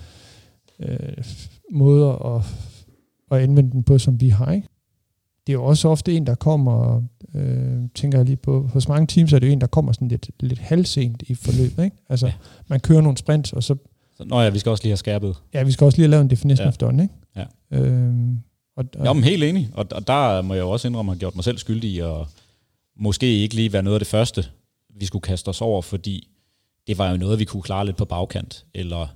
Øh, måder at, at anvende den på, som vi har. Ikke? Det er jo også ofte en, der kommer, øh, tænker jeg lige på, hos mange teams er det jo en, der kommer sådan lidt, lidt halvsent i forløbet. Ikke? Altså, ja. man kører nogle sprints, og så... så nå ja, vi skal også lige have skærpet. Ja, vi skal også lige have lavet en definition ja. of done, ikke? Ja. Øhm, og, og, jeg er helt enig, og, og der må jeg jo også indrømme, at jeg har gjort mig selv skyldig i at måske ikke lige være noget af det første, vi skulle kaste os over, fordi det var jo noget, vi kunne klare lidt på bagkant, eller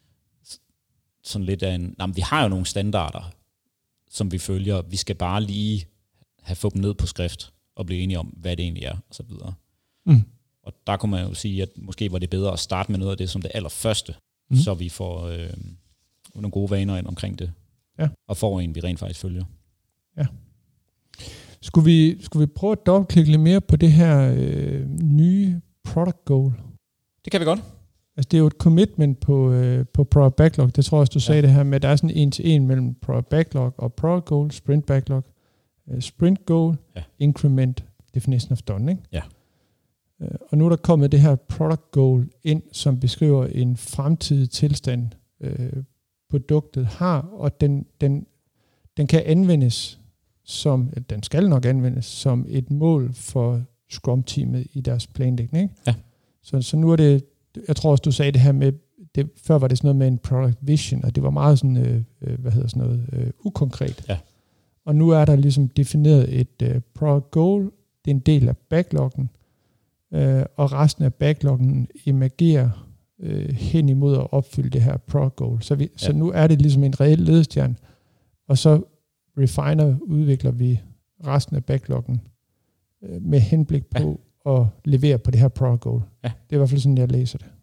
sådan lidt af en, jamen, vi har jo nogle standarder, som vi følger, vi skal bare lige have få dem ned på skrift, og blive enige om, hvad det egentlig er, og så videre. Mm. Og der kunne man jo sige, at måske var det bedre at starte med noget af det som det allerførste, mm. så vi får øh, nogle gode vaner ind omkring det, ja. og får en, vi rent faktisk følger. Ja. Skulle vi, skulle vi prøve at dobbeltklikke lidt mere på det her øh, nye product goal? Det kan vi godt. Altså det er jo et commitment på, øh, på product backlog. Det tror jeg også, du sagde ja. det her med, at der er sådan en til en mellem product backlog og product goal, sprint backlog, uh, sprint goal, ja. increment, definition of done. Ikke? Ja. Uh, og nu er der kommet det her product goal ind, som beskriver en fremtidig tilstand, uh, produktet har, og den, den, den kan anvendes som, den skal nok anvendes som et mål for Scrum-teamet i deres planlægning. Ikke? Ja. Så, så nu er det, jeg tror også, du sagde det her med, det, før var det sådan noget med en product vision, og det var meget sådan, øh, hvad hedder sådan noget, øh, ukonkret. Ja. Og nu er der ligesom defineret et øh, product goal, det er en del af backloggen, øh, og resten af backloggen emergerer øh, hen imod at opfylde det her product goal. Så, vi, ja. så nu er det ligesom en reel ledestjerne, og så refiner, udvikler vi resten af backloggen øh, med henblik på ja. at levere på det her product goal. Ja. Det er i hvert fald sådan, jeg læser det.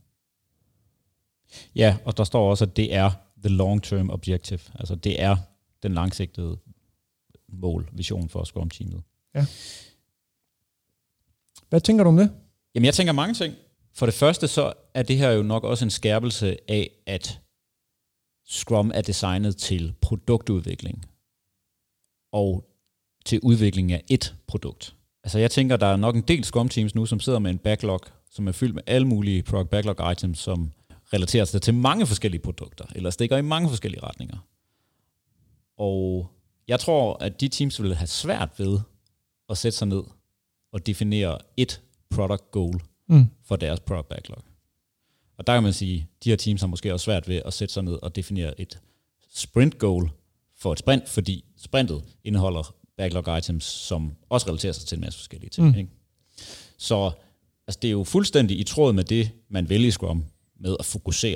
Ja, og der står også, at det er the long-term objective. Altså det er den langsigtede mål, vision for Scrum-teamet. Ja. Hvad tænker du om det? Jamen jeg tænker mange ting. For det første, så er det her jo nok også en skærpelse af, at Scrum er designet til produktudvikling og til udvikling af ét produkt. Altså jeg tænker, der er nok en del Scrum teams nu, som sidder med en backlog, som er fyldt med alle mulige product backlog items, som relaterer sig til mange forskellige produkter, eller stikker i mange forskellige retninger. Og jeg tror, at de teams vil have svært ved at sætte sig ned og definere et product goal mm. for deres product backlog. Og der kan man sige, at de her teams har måske også svært ved at sætte sig ned og definere et sprint goal for et sprint, fordi sprintet indeholder backlog items, som også relaterer sig til en masse forskellige ting. Mm. Ikke? Så altså, det er jo fuldstændig i tråd med det, man vælger i Scrum, med at fokusere.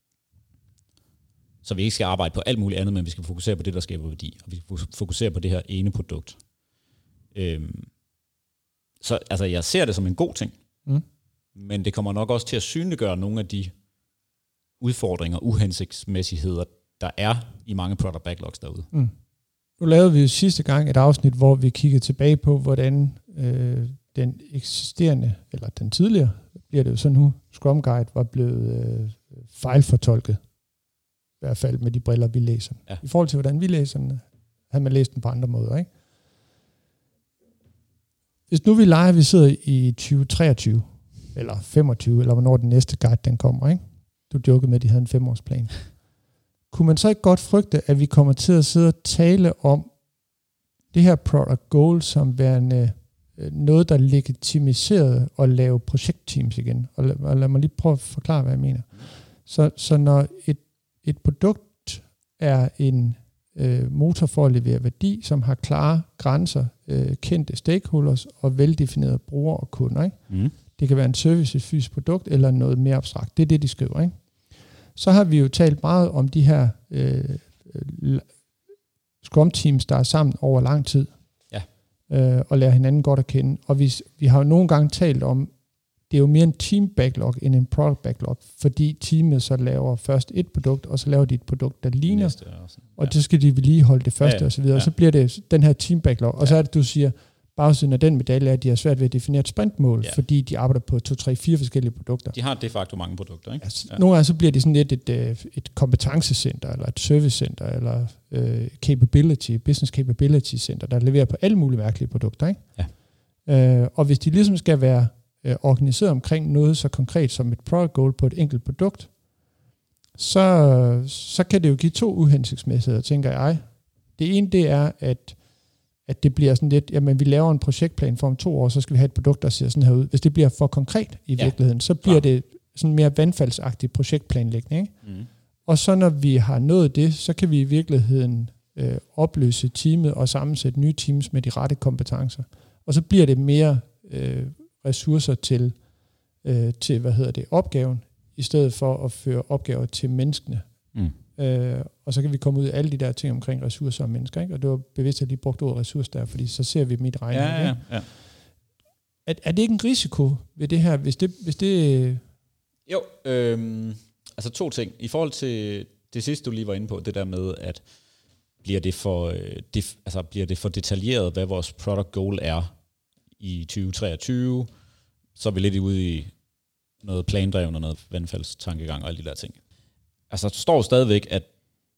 Så vi ikke skal arbejde på alt muligt andet, men vi skal fokusere på det, der skaber værdi, og vi skal fokusere på det her ene produkt. Øhm, så altså, jeg ser det som en god ting, mm. men det kommer nok også til at synliggøre nogle af de udfordringer, uhensigtsmæssigheder, der er i mange product backlogs derude. Mm. Nu lavede vi jo sidste gang et afsnit, hvor vi kiggede tilbage på, hvordan øh, den eksisterende, eller den tidligere, bliver det jo sådan nu, Scrum Guide var blevet øh, fejlfortolket. I hvert fald med de briller, vi læser. Ja. I forhold til, hvordan vi læser den, havde man læst den på andre måder, ikke? Hvis nu vi leger, vi sidder i tyve treogtyve, eller femogtyve, eller hvornår den næste guide den kommer, ikke? Du jokede med, at de havde en femårsplan. Kunne man så ikke godt frygte, at vi kommer til at sidde og tale om det her product goal som værende noget, der legitimiserede at lave projektteams igen? Og lad, og lad mig lige prøve at forklare, hvad jeg mener. Så, så når et, et produkt er en øh, motor for at levere værdi, som har klare grænser, øh, kendte stakeholders og veldefinerede brugere og kunder, ikke? Mm. Det kan være en service, et fysisk produkt eller noget mere abstrakt. Det er det, de skriver, ikke? Så har vi jo talt meget om de her øh, Scrum-teams, der er sammen over lang tid, ja. øh, og lærer hinanden godt at kende. Og vi, vi har jo nogle gange talt om, det er jo mere en team backlog end en product backlog, fordi teamet så laver først et produkt, og så laver de et produkt, der ligner, næste, ja. Og det skal de vedligeholde det første, ja, ja. Og så videre. Ja. Og så bliver det den her team backlog. Og ja. Så er det, du siger, bagsiden af den medalje er, at de har svært ved at definere et sprintmål, ja. Fordi de arbejder på to, tre, fire forskellige produkter. De har de facto mange produkter, ikke? Altså, ja. Nogle gange så bliver det sådan lidt et, et, et kompetencecenter, eller et servicecenter, eller uh, capability, business capability center, der leverer på alle mulige mærkelige produkter, ikke? Ja. Uh, og hvis de ligesom skal være uh, organiseret omkring noget så konkret som et product goal på et enkelt produkt, så, så kan det jo give to uhensigtsmæssigheder, tænker jeg. Det ene, det er, at at det bliver sådan lidt, jamen vi laver en projektplan for om to år, så skal vi have et produkt, der ser sådan her ud. Hvis det bliver for konkret i ja, virkeligheden, så bliver klar. Det sådan mere vandfaldsagtig projektplanlægning, ikke? Mm. Og så når vi har nået det, så kan vi i virkeligheden øh, opløse teamet og sammensætte nye teams med de rette kompetencer. Og så bliver det mere øh, ressourcer til, øh, til, hvad hedder det, opgaven, i stedet for at føre opgaver til menneskene. Mm. Øh, og så kan vi komme ud af alle de der ting omkring ressourcer og mennesker, ikke? Og det var bevidst, at jeg lige brugte ordet ressourcer der, fordi så ser vi dem i et regning. Ja, ja, ja. Er, er det ikke en risiko ved det her, hvis det... Hvis det jo, øhm, altså to ting. I forhold til det sidste, du lige var inde på, det der med, at bliver det for, øh, def, altså bliver det for detaljeret, hvad vores product goal er i tyve treogtyve, så er vi lidt ude i noget plandreven og noget vandfaldstankegang og alle de der ting. Altså, der står stadigvæk, at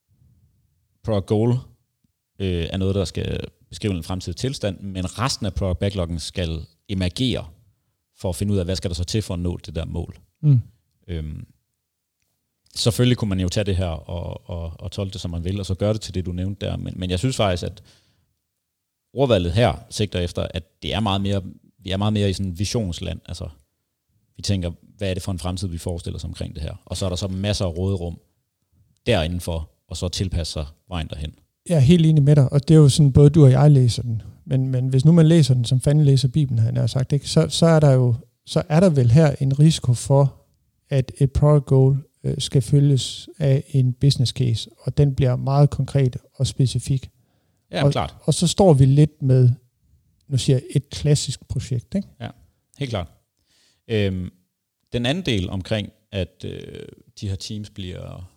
product goal øh, er noget, der skal beskrive en fremtidig tilstand, men resten af product backloggen skal emergere for at finde ud af, hvad skal der så til for at nå det der mål. Mm. Øhm, selvfølgelig kunne man jo tage det her og, og, og tolke det, som man vil, og så gøre det til det, du nævnte der. Men, men jeg synes faktisk, at ordvalget her sigter efter, at det er meget mere, vi er meget mere i sådan en visionsland. Altså, vi tænker, hvad er det for en fremtid, vi forestiller os omkring det her? Og så er der så masser af råderum derindenfor, og så tilpasse sig vejen derhen. Jeg er helt enig med dig, og det er jo sådan, både du og jeg læser den. Men, men hvis nu man læser den, som fanden læser Bibelen, han har sagt, ikke? Så, så er der jo så er der vel her en risiko for, at et product goal øh, skal følges af en business case, og den bliver meget konkret og specifik. Ja, og, klart. Og så står vi lidt med, nu siger jeg, et klassisk projekt, ikke? Ja, helt klart. Øhm, den anden del omkring, at øh, de her teams bliver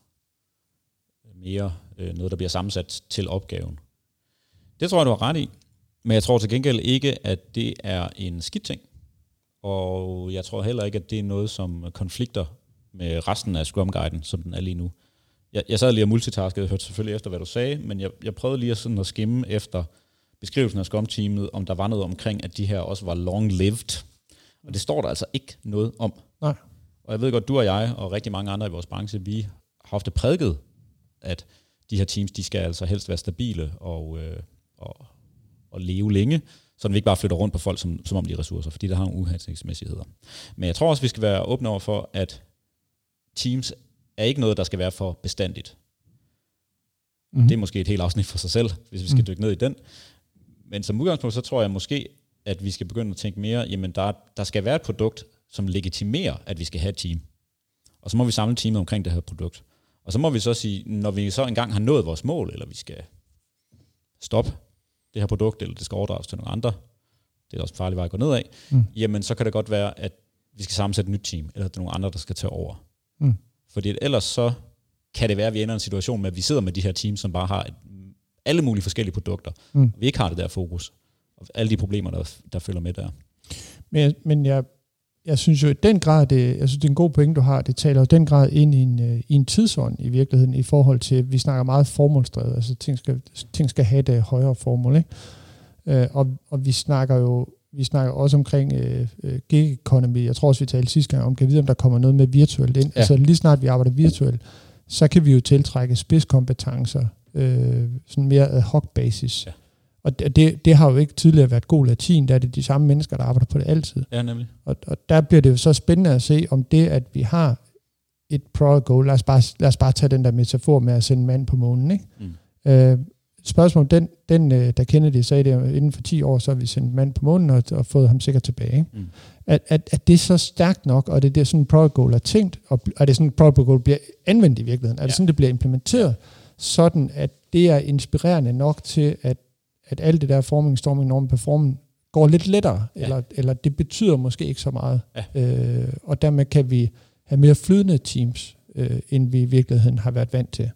mere øh, noget, der bliver sammensat til opgaven. Det tror jeg, du har ret i. Men jeg tror til gengæld ikke, at det er en skidt ting. og jeg tror heller ikke, at det er noget, som konflikter med resten af Scrum-guiden, som den er lige nu. Jeg, jeg sad lige og multitaskede, og hørte selvfølgelig efter, hvad du sagde, men jeg, jeg prøvede lige at, sådan at skimme efter beskrivelsen af Scrum-teamet, om der var noget omkring, at de her også var long-lived. Og det står der altså ikke noget om. Nej. Og jeg ved godt, du og jeg, og rigtig mange andre i vores branche, vi har ofte prædiket, at de her teams, de skal altså helst være stabile og, øh, og, og leve længe, så vi ikke bare flytter rundt på folk, som, som om de er ressourcer, fordi der har nogle uhensigtsmæssigheder. Men jeg tror også, vi skal være åbne over for, at teams er ikke noget, der skal være for bestandigt. Mm. Det er måske et helt afsnit for sig selv, hvis vi skal mm. dykke ned i den. Men som udgangspunkt, så tror jeg måske, at vi skal begynde at tænke mere, jamen der, der skal være et produkt, som legitimerer, at vi skal have et team. Og så må vi samle teamet omkring det her produkt. Og så må vi så sige, når vi så engang har nået vores mål, eller vi skal stoppe det her produkt, eller det skal overdrages til nogle andre, det er også en farlig vej at gå ned af, mm. jamen så kan det godt være, at vi skal sammensætte et nyt team, eller det er nogle andre, der skal tage over. Mm. Fordi ellers så kan det være, at vi ender i en situation med, at vi sidder med de her teams, som bare har et, alle mulige forskellige produkter, mm. og vi ikke har det der fokus, og alle de problemer, der, der følger med der. Men, men jeg, jeg synes jo i den grad, det, jeg synes, det er en god point, du har, det taler jo den grad ind i en, i en tidsånd i virkeligheden, i forhold til, vi snakker meget formålsdrevet, altså ting skal, ting skal have det højere formål, ikke? Øh, og, og vi snakker jo vi snakker også omkring øh, gig economy. Jeg tror også, vi talte sidste gang om, kan vide, om der kommer noget med virtuelt ind. Ja. Altså lige snart vi arbejder virtuelt, så kan vi jo tiltrække spidskompetencer, øh, sådan mere ad hoc basis. Ja. Og det, det har jo ikke tidligere været god latin, der er det de samme mennesker, der arbejder på det altid. Ja, nemlig. Og, og der bliver det jo så spændende at se, om det, at vi har et product goal, lad os bare, lad os bare tage den der metafor med at sende en mand på månen, ikke? Mm. Øh, spørgsmål, den, den der Kennedy sagde det, inden for ti år, så har vi sendt en mand på månen og, og fået ham sikkert tilbage. Ikke? Mm. At, at, at det er så stærkt nok, og det er det, sådan en product goal er tænkt, og er det sådan en product goal bliver anvendt i virkeligheden? Er det ja. sådan, det bliver implementeret, sådan at det er inspirerende nok til, at, at alt det der forming, storming, norm, performing går lidt lettere, ja. eller, eller det betyder måske ikke så meget. Ja. Øh, og dermed kan vi have mere flydende teams, øh, end vi i virkeligheden har været vant til.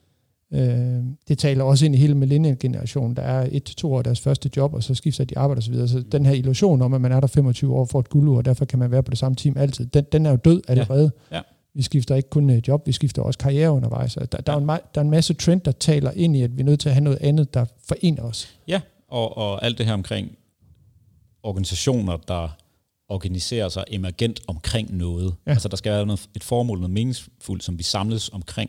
Øh, det taler også ind i hele millennial-generationen, der er et til to år deres første job, og så skifter de arbejde og så videre. Så den her illusion om, at man er der femogtyve år for et guldur, og derfor kan man være på det samme team altid, den, den er jo død allerede. Ja. Ja. Vi skifter ikke kun job, vi skifter også karriere undervejs. Der, der, ja. er en, der er en masse trend, der taler ind i, at vi er nødt til at have noget andet, der forener os. Ja, og, og alt det her omkring organisationer, der organiserer sig emergent omkring noget. Ja. Altså der skal være noget, et formål, noget meningsfuldt, som vi samles omkring.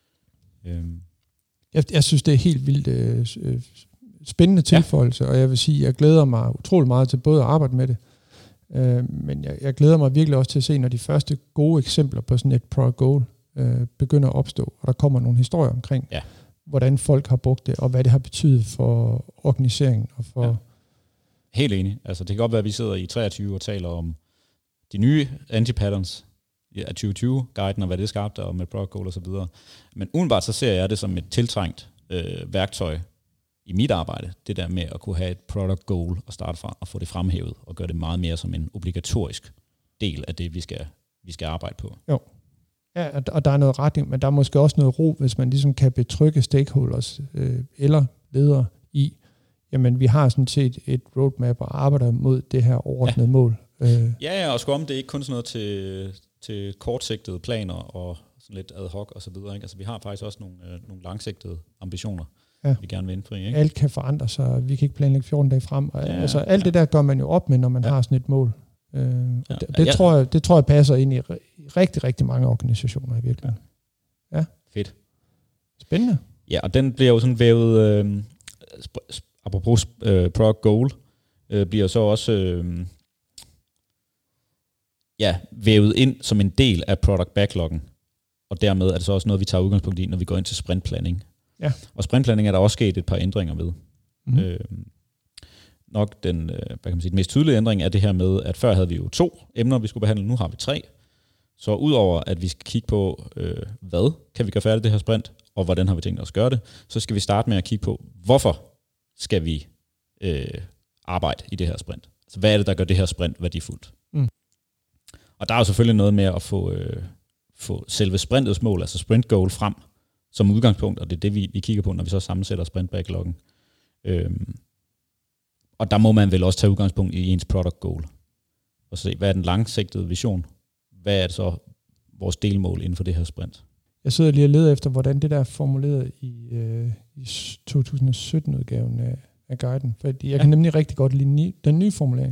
Øhm. Jeg, jeg synes, det er helt vildt øh, spændende tilføjelse, ja. Og jeg vil sige, jeg glæder mig utrolig meget til både at arbejde med det, øh, men jeg, jeg glæder mig virkelig også til at se, når de første gode eksempler på sådan et product goal øh, begynder at opstå, og der kommer nogle historier omkring, ja. hvordan folk har brugt det, og hvad det har betydet for organiseringen. Og for ja. Helt enig. Altså, det kan godt være, at vi sidder i treogtyve og taler om de nye anti-patterns, af tyve tyve-guiden og hvad det skabte, og med product goal og så videre. Men udenbart så ser jeg det som et tiltrængt øh, værktøj i mit arbejde, det der med at kunne have et product goal og starte fra og få det fremhævet og gøre det meget mere som en obligatorisk del af det, vi skal, vi skal arbejde på. Jo. Ja, og der er noget retning, men der er måske også noget ro, hvis man ligesom kan betrygge stakeholders øh, eller ledere i, jamen vi har sådan set et roadmap og arbejder mod det her overordnede ja. mål. Øh. Ja, ja, og Scrum, det er ikke kun sådan noget til til kortsigtede planer og sådan lidt ad hoc og så videre, ikke? Altså vi har faktisk også nogle, øh, nogle langsigtede ambitioner, ja. vi gerne vil indfri, ikke? Alt kan forandre sig, vi kan ikke planlægge fjorten dage frem. Og, ja, altså alt ja. det der gør man jo op med, når man ja. har sådan et mål. Øh, ja. det, det, ja. tror jeg, det tror jeg passer ind i rigtig, rigtig mange organisationer i virkeligheden. Ja. ja. Fedt. Spændende. Ja, og den bliver jo sådan vævet, øh, sp- apropos øh, product goal, øh, bliver så også øh, ja, vævet ind som en del af product backloggen, og dermed er det så også noget, vi tager udgangspunkt i, når vi går ind til sprintplanning. Ja. Og sprintplanning er der også sket et par ændringer ved. Mm-hmm. Øh, nok den, hvad kan man sige, den mest tydelige ændring er det her med, at før havde vi jo to emner, vi skulle behandle, nu har vi tre. Så udover at vi skal kigge på, øh, hvad kan vi gøre færdigt det her sprint, og hvordan har vi tænkt os at gøre det, så skal vi starte med at kigge på, hvorfor skal vi øh, arbejde i det her sprint. Så hvad er det, der gør det her sprint værdifuldt? Mm. Og der er jo selvfølgelig noget med at få, øh, få selve sprintets mål, altså sprint goal, frem som udgangspunkt, og det er det, vi, vi kigger på, når vi så sammensætter sprint backloggen. Øhm, og der må man vel også tage udgangspunkt i ens product goal. og se, hvad er den langsigtede vision? Hvad er det så vores delmål inden for det her sprint? Jeg sidder lige og leder efter, hvordan det der er formuleret i, øh, i to tusind og sytten-udgaven af, af guiden. For jeg ja. kan nemlig rigtig godt lide ni, den nye formulering.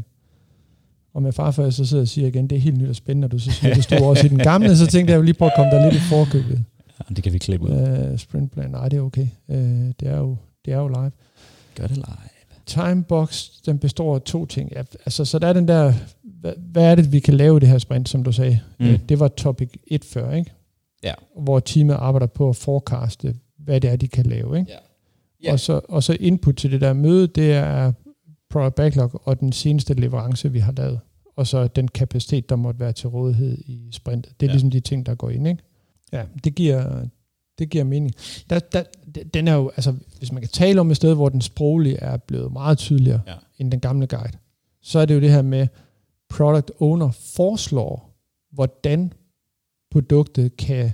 Og med farfar, så sidder jeg og siger igen, det er helt nyt og spændende, og du så siger, det stod også i den gamle, så tænkte jeg jo lige på at komme der lidt i forkøbet. Ja, det kan vi klippe ud. Uh, sprintplan, nej, det er okay. Uh, det, er jo, det er jo live. Gør det live. Timebox, den består af to ting. Ja, altså, så der er den der, hvad, hvad er det, vi kan lave i det her sprint, som du sagde? Mm. Uh, det var topic et før, ikke? Ja. Hvor teamet arbejder på at forecaste, hvad det er, de kan lave, ikke? Ja. Yeah. Og, så, og så input til det der møde, det er product backlog og den seneste leverance, vi har lavet. Og så den kapacitet, der måtte være til rådighed i sprintet. Det er ja. ligesom de ting, der går ind, ikke? Ja, det giver, det giver mening. Der, der, den er jo, altså, hvis man kan tale om et sted, hvor den sproglige er blevet meget tydeligere ja. end den gamle guide, så er det jo det her med, product owner foreslår, hvordan produktet kan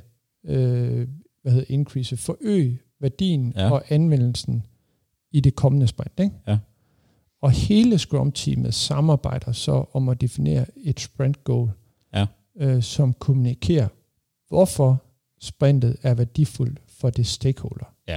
øh, hvad hedder, increase, forøge værdien ja. og anvendelsen i det kommende sprint, ikke? Ja. Og hele Scrum-teamet samarbejder så om at definere et sprint-goal, ja. øh, som kommunikerer, hvorfor sprintet er værdifuldt for det stakeholder. Ja.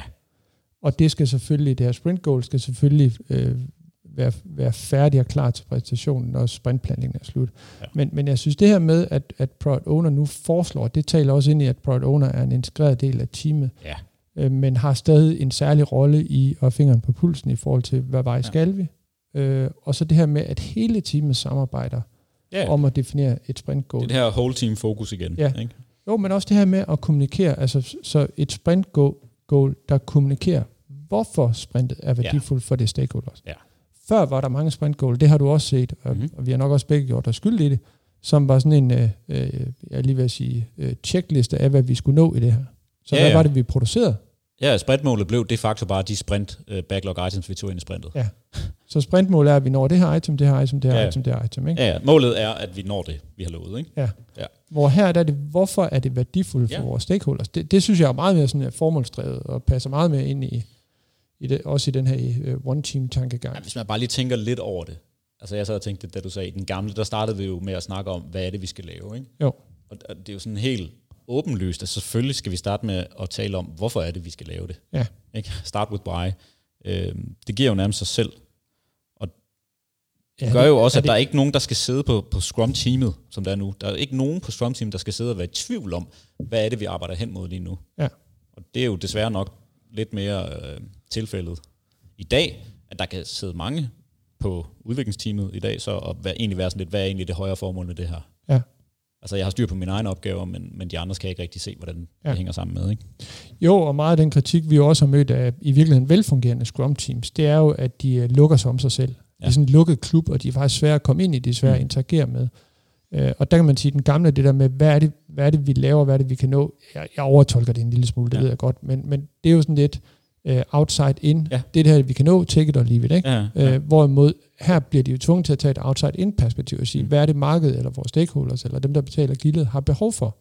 Og det skal selvfølgelig, det her sprint-goal skal selvfølgelig øh, være, være færdig og klar til præsentationen, når sprintplanlægningen er slut. Ja. Men, men jeg synes det her med, at, at product owner nu foreslår, det taler også ind i, at product owner er en integreret del af teamet, ja. øh, men har stadig en særlig rolle i at have fingeren på pulsen i forhold til, hvad vej skal ja. vi? Øh, og så det her med, at hele teamet samarbejder ja. om at definere et sprint-goal. Det er det her whole team fokus igen. Ja. Ikke? Jo, men også det her med at kommunikere, altså så et sprint-goal, der kommunikerer, hvorfor sprintet er værdifuldt ja. for det stakeholders. Ja. Før var der mange sprint-goal, det har du også set, og, mm-hmm. og vi har nok også begge gjort der skyld i det, som var sådan en, øh, øh, jeg lige vil sige, øh, checkliste af, hvad vi skulle nå i det her. Så ja, hvad ja. var det, vi producerede? Ja, sprintmålet blev de facto bare de sprint uh, backlog items, vi tog ind i sprintet. Ja. Så sprintmålet er, at vi når det her item, det her item, det her ja. item, det her item, ikke? Ja, ja, målet er, at vi når det, vi har lovet, ikke? Ja. ja. Hvor her er det, hvorfor er det værdifuldt for ja. vores stakeholders? Det, det synes jeg er meget mere sådan formålsdrevet, og passer meget mere ind i, i det, også i den her uh, one-team-tankegang. Ja, hvis man bare lige tænker lidt over det. Altså jeg så havde tænkt det, da du sagde, i den gamle, der startede vi jo med at snakke om, hvad er det, vi skal lave, ikke? Jo. Og det er jo sådan helt åbenlyst, at selvfølgelig skal vi starte med at tale om, hvorfor er det, vi skal lave det. Ja. Ikke? Start with why. Øhm, det giver jo nærmest sig selv. Og det ja, gør jo også, at det, der er ikke nogen, der skal sidde på, på Scrum-teamet, som der er nu. Der er ikke nogen på Scrum-teamet, der skal sidde og være i tvivl om, hvad er det, vi arbejder hen mod lige nu. Ja. Og det er jo desværre nok lidt mere øh, tilfældet i dag, at der kan sidde mange på udviklingsteamet i dag, så og hvad, egentlig være sådan lidt, hvad er egentlig det højere formål med det her? Ja. Altså, jeg har styr på mine egne opgaver, men, men de andre skal ikke rigtig se, hvordan ja. det hænger sammen med, ikke? Jo, og meget af den kritik, vi også har mødt af i virkeligheden velfungerende Scrum-teams, det er jo, at de uh, lukker sig om sig selv. Ja. Det er sådan en lukket klub, og de er faktisk svære at komme ind i, de er svære mm. at interagere med. Uh, og der kan man sige, den gamle, det der med, hvad er det, hvad er det vi laver, hvad er det, vi kan nå? Jeg, jeg overtolker det en lille smule, det ja. ved jeg godt, men, men det er jo sådan lidt uh, outside-in. Ja. Det er det her, vi kan nå, take it or leave it, ikke? Ja, ja. Uh, hvorimod, her bliver de jo tvunget til at tage et outside-in-perspektiv og sige, mm. hvad er det markedet, eller vores stakeholders, eller dem, der betaler gildet, har behov for?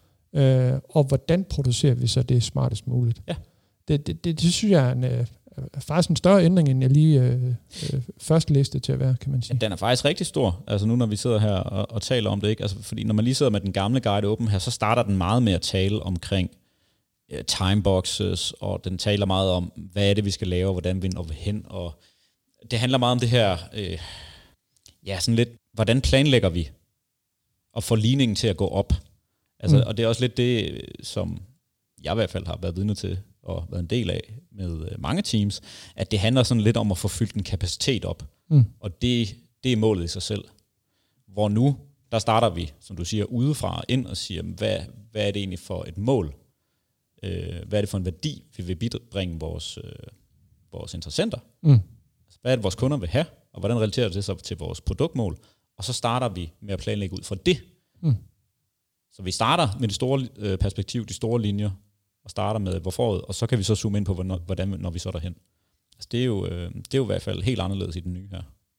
Ja. Uh, og hvordan producerer vi så det smartest muligt? Ja. Det, det, det, det synes jeg er en, uh, faktisk en større ændring, end jeg lige uh, uh, først læste til at være, kan man sige. Ja, den er faktisk rigtig stor, altså nu når vi sidder her og, og taler om det, ikke? Altså, fordi når man lige sidder med den gamle guide åben her, så starter den meget med at tale omkring uh, timeboxes, og den taler meget om, hvad er det, vi skal lave, og hvordan vi når hen, og det handler meget om det her, øh, ja, sådan lidt, hvordan planlægger vi og får ligningen til at gå op? Altså, mm. Og det er også lidt det, som jeg i hvert fald har været vidne til og været en del af med mange teams, at det handler sådan lidt om at få fyldt en kapacitet op. Mm. Og det, det er målet i sig selv. Hvor nu, der starter vi, som du siger, udefra ind og siger, hvad, hvad er det egentlig for et mål? Øh, hvad er det for en værdi, vi vil bibringe vores, øh, vores interessenter? Mm. Hvad er det, vores kunder vil have, og hvordan relaterer det sig til vores produktmål? Og så starter vi med at planlægge ud fra det. Mm. Så vi starter med det store øh, perspektiv, de store linjer, og starter med hvorfor, og så kan vi så zoome ind på, hvordan når vi så derhen. Altså det er jo, øh, det er jo i hvert fald helt anderledes i den nye her.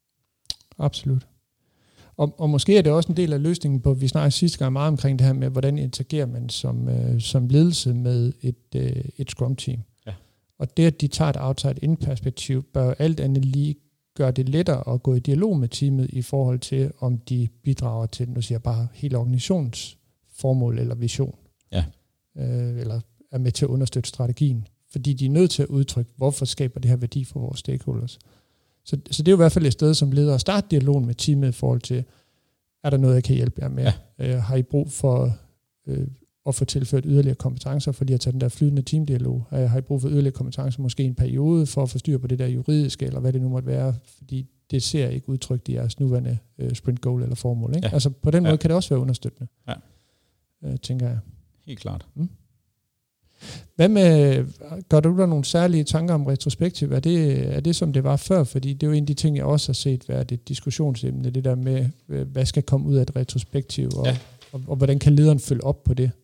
Absolut. Og, og måske er det også en del af løsningen på, vi snakkede sidste gang meget omkring det her med, hvordan interagerer man som, øh, som ledelse med et, øh, et Scrum-team. Og det, at de tager et outside-in-perspektiv, bør alt andet lige gør det lettere at gå i dialog med teamet i forhold til, om de bidrager til, nu siger jeg bare, hele organisationens formål eller vision. Ja. Øh, eller er med til at understøtte strategien. Fordi de er nødt til at udtrykke, hvorfor skaber det her værdi for vores stakeholders. Så, så det er jo i hvert fald et sted som leder at starte dialogen med teamet i forhold til, er der noget, jeg kan hjælpe jer med? Ja. Øh, har I brug for øh, at få tilført yderligere kompetencer, for lige at tage den der flydende teamdialog? Øh, har I brug for yderligere kompetencer, måske en periode, for at få styr på det der juridiske, eller hvad det nu måtte være, fordi det ser ikke udtrykt i jeres nuværende øh, sprint goal eller formål. Ikke? Ja. Altså på den måde ja. kan det også være understøttende, ja. øh, tænker jeg. Helt klart. Mm. Hvad med, gør du der nogle særlige tanker om retrospektiv? Er det, er det som det var før? Fordi det er jo en af de ting, jeg også har set være det diskussionsemne, det der med, hvad skal komme ud af et retrospektiv, og, ja. og, og hvordan kan lederen følge op på det?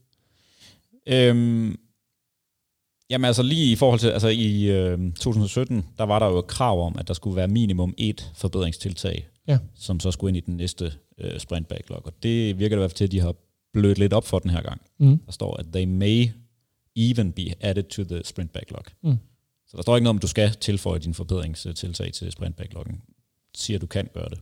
Øhm, jamen altså lige i forhold til, altså i øh, to tusind sytten, der var der jo et krav om, at der skulle være minimum et forbedringstiltag, ja. som så skulle ind i den næste øh, sprint backlog. Og det virker det i hvert fald til, at de har blødt lidt op for den her gang. Mm. Der står, at they may even be added to the sprint backlog. Mm. Så der står ikke noget om, du skal tilføje din forbedringstiltag til sprint backloggen. Siger, du kan gøre det.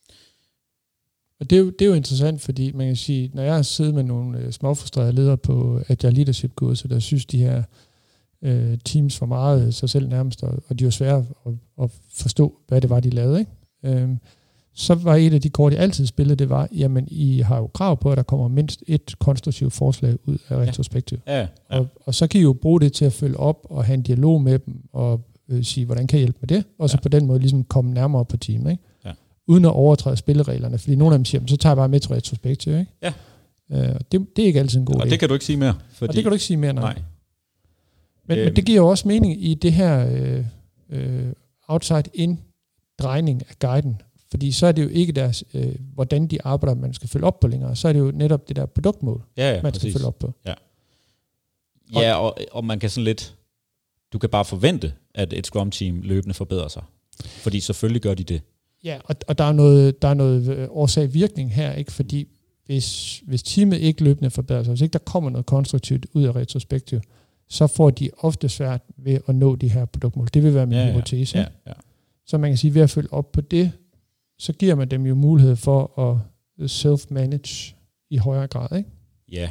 Og det er, jo, det er jo interessant, fordi man kan sige, når jeg har siddet med nogle øh, småfrustrerede ledere på Agile Leadership kurser, der synes, de her øh, teams for meget sig selv nærmest, og, og de var svære at, at forstå, hvad det var, de lavede. Ikke? Øhm, så var et af de kort, jeg altid spillede, det var, jamen, I har jo krav på, at der kommer mindst et konstruktivt forslag ud af retrospektiv. Ja. Ja, ja. Og, og så kan I jo bruge det til at følge op og have en dialog med dem, og øh, sige, hvordan kan I hjælpe med det? Og så ja. på den måde ligesom komme nærmere på teamet, ikke? Ja. Uden at overtræde spillereglerne, fordi nogle af dem siger, så tager jeg bare med til retrospektiv, ikke? Ja. Øh, det, det er ikke altid en god idé. Og det kan du ikke sige mere. Fordi... Og det kan du ikke sige mere, nej. nej. Men, øhm. men det giver jo også mening i det her øh, øh, outside-in-drejning af guiden. Fordi så er det jo ikke deres, øh, hvordan de arbejder, man skal følge op på længere. Så er det jo netop det der produktmål, ja, ja, man skal præcis. følge op på. Ja, ja og, og man kan sådan lidt, du kan bare forvente, at et Scrum-team løbende forbedrer sig. Fordi selvfølgelig gør de det. Ja, og, og der er noget, der er noget årsag-virkning her, ikke? Fordi hvis, hvis teamet ikke løbende forbedrer sig, hvis ikke der kommer noget konstruktivt ud af retrospektiv, så får de ofte svært ved at nå de her produktmål. Det vil være min ja, hypotese. Ja, ja. Så man kan sige, ved at følge op på det, så giver man dem jo mulighed for at self-manage i højere grad, ikke? Ja.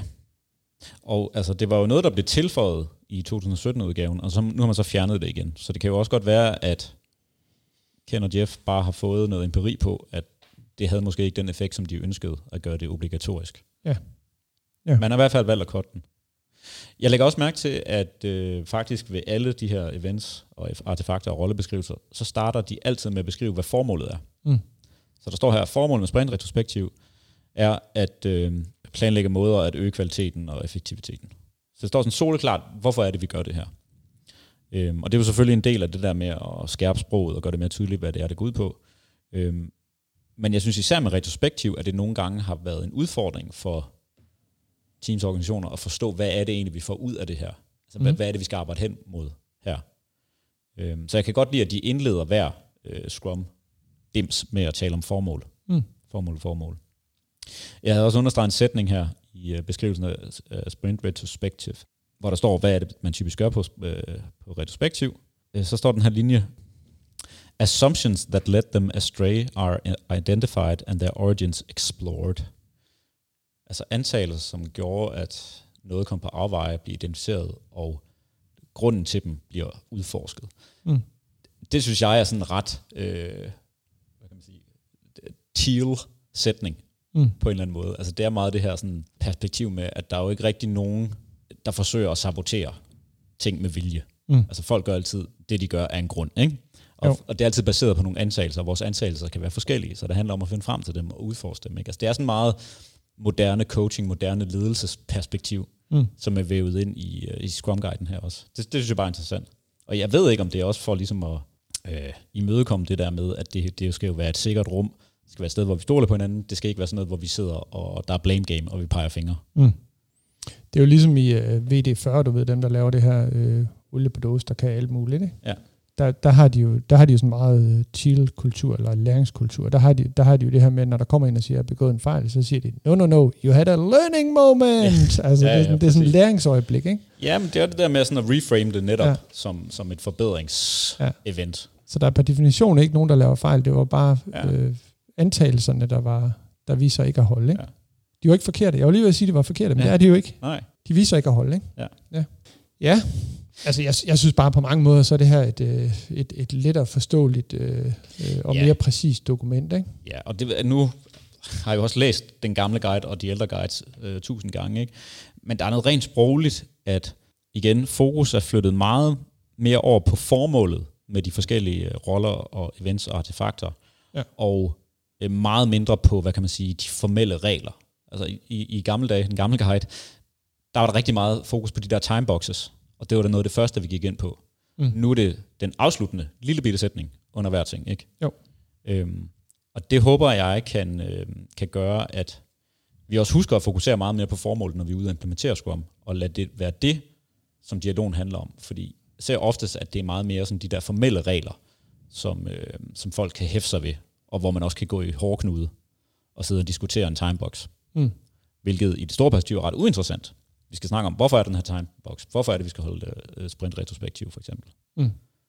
Og altså, det var jo noget, der blev tilføjet i to tusind sytten-udgaven, og så, nu har man så fjernet det igen. Så det kan jo også godt være, at Ken og Jeff bare har fået noget empiri på, at det havde måske ikke den effekt, som de ønskede at gøre det obligatorisk. Ja. ja. Man har i hvert fald valgt at cutte den. Jeg lægger også mærke til, at øh, faktisk ved alle de her events og artefakter og rollebeskrivelser, så starter de altid med at beskrive, hvad formålet er. Mm. Så der står her, formålet med sprint retrospektiv er at øh, planlægge måder at øge kvaliteten og effektiviteten. Så det står sådan soleklart, hvorfor er det, vi gør det her. Øhm, og det er jo selvfølgelig en del af det der med at skærpe sproget og gøre det mere tydeligt, hvad det er, det går ud på. Øhm, men jeg synes især med retrospektiv, at det nogle gange har været en udfordring for teams og organisationer at forstå, hvad er det egentlig, vi får ud af det her. Altså, mm. hvad, hvad er det, vi skal arbejde hen mod her. Øhm, så jeg kan godt lide, at de indleder hver øh, Scrum dims med at tale om formål. Mm. Formål, formål. Jeg havde også understreget en sætning her i uh, beskrivelsen af uh, Sprint Retrospective, hvor der står, hvad er det, man typisk gør på, uh, på retrospektiv. Uh, så står den her linje, assumptions that led them astray are identified and their origins explored. Altså antagelser, som gjorde, at noget kom på afveje, bliver identificeret, og grunden til dem bliver udforsket. Mm. Det synes jeg er sådan ret øh, hvad kan man sige, teal sætning mm. på en eller anden måde. Altså det er meget det her sådan perspektiv med, at der er jo ikke rigtig nogen, der forsøger at sabotere ting med vilje. Mm. Altså folk gør altid det, de gør af en grund, ikke? Og, og det er altid baseret på nogle antagelser, og vores antagelser kan være forskellige, så det handler om at finde frem til dem og udforske dem, ikke? Altså det er sådan meget moderne coaching, moderne ledelsesperspektiv, mm. som er vævet ind i, i Scrum-guiden her også. Det, det synes jeg bare er interessant. Og jeg ved ikke, om det er også for ligesom at øh, imødekomme det der med, at det, det skal jo være et sikkert rum. Det skal være et sted, hvor vi stoler på hinanden. Det skal ikke være sådan noget, hvor vi sidder, og der er blame game, og vi peger fingre. Mm. Det er jo ligesom i uh, V D fyrre, du ved, dem der laver det her øh, olie på dåse, der kan alt muligt, ikke? Ja. Der, der, har de jo, der har de jo sådan meget chill-kultur, eller læringskultur. Der har, de, der har de jo det her med, når der kommer en og siger, at jeg har begået en fejl, så siger de, no, no, no, you had a learning moment. Ja. Altså, ja, ja, det, er sådan, det er sådan et læringsøjeblik, ikke? Ja, men det er det der med sådan at reframe det netop ja. som, som et forbedringsevent. Ja. Så der er per definition ikke nogen, der laver fejl. Det var bare Ja. øh, antagelserne, der, var, der viser ikke at holde. Ikke? Ja. De var ikke forkerte. Jeg var lige ved at sige, at de var forkerte, men Ja. det er de jo ikke. Nej. De viser ikke at holde. Ikke? Ja. Ja. Ja. Altså, jeg, jeg synes bare på mange måder, så er det her et, et, et lettere forståeligt øh, og Ja. mere præcist dokument. Ikke? Ja, og det, nu har jeg jo også læst den gamle guide og de ældre guides øh, tusind gange, ikke? Men der er noget rent sprogligt, at igen, fokus er flyttet meget mere over på formålet med de forskellige roller og events og artefakter, ja. og øh, meget mindre på, hvad kan man sige, de formelle regler. Altså i, i, i gamle dage, den gamle guide, der var der rigtig meget fokus på de der timeboxes, og det var da noget af det første, vi gik ind på. Mm. Nu er det den afsluttende lille bitte sætning under hver ting, ikke? Jo. Øhm, og det håber jeg kan, øh, kan gøre, at vi også husker at fokusere meget mere på formålet, når vi er ude og implementere Scrum, og lade det være det, som dialogen handler om. Fordi jeg ser oftest, at det er meget mere sådan de der formelle regler, som, øh, som folk kan hæfte sig ved, og hvor man også kan gå i hårdknude og sidde og diskutere en timebox. Mm. Hvilket i det store perspektiv er ret uinteressant. Vi skal snakke om, hvorfor er den her timebox? Hvorfor er det, vi skal holde uh, sprint-retrospektiv, for eksempel? Mm.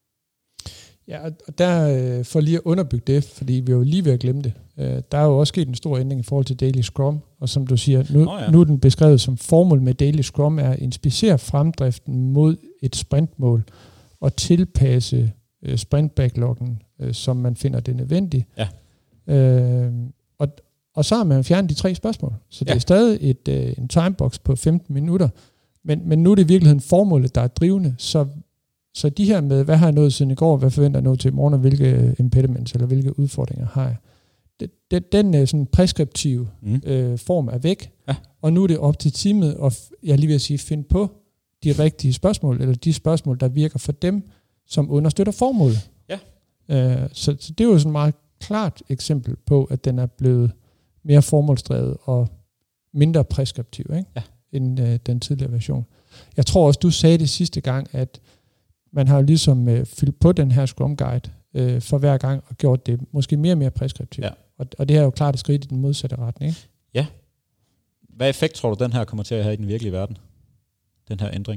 Ja, og der for lige at underbygge det, fordi vi er jo lige ved at glemme det, der er jo også sket en stor ændring i forhold til Daily Scrum, og som du siger, nu, oh, ja. nu er den beskrevet som formål med Daily Scrum er at inspicere fremdriften mod et sprintmål og tilpasse uh, sprint-backloggen, uh, som man finder det nødvendigt. Ja. Uh, og, og så har man fjernet de tre spørgsmål. Så det ja. er stadig et, uh, en timebox på femten minutter, men, men nu er det i virkeligheden formålet, der er drivende, så Så de her med, hvad har jeg nået siden i går, hvad forventer jeg nået til i morgen, og hvilke impediments eller hvilke udfordringer har jeg. Det, det, den sådan preskriptive mm. øh, form er væk, ja. Og nu er det op til teamet, og jeg lige vil sige, finde på de rigtige spørgsmål, eller de spørgsmål, der virker for dem, som understøtter formålet. Ja. Øh, så, så det er jo sådan et meget klart eksempel på, at den er blevet mere formålsdrevet og mindre preskriptiv, ikke? Ja. End øh, den tidligere version. Jeg tror også, du sagde det sidste gang, at man har jo ligesom øh, fyldt på den her Scrum Guide øh, for hver gang og gjort det måske mere og mere preskriptivt. Ja. Og, og det er jo klart et skridt i den modsatte retning. Ikke? Ja. Hvad effekt tror du, den her kommer til at have i den virkelige verden? Den her ændring?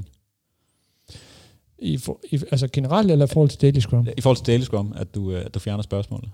I, for, i, altså generelt eller i forhold til Daily Scrum? I forhold til Daily Scrum, at du, at du fjerner spørgsmålet?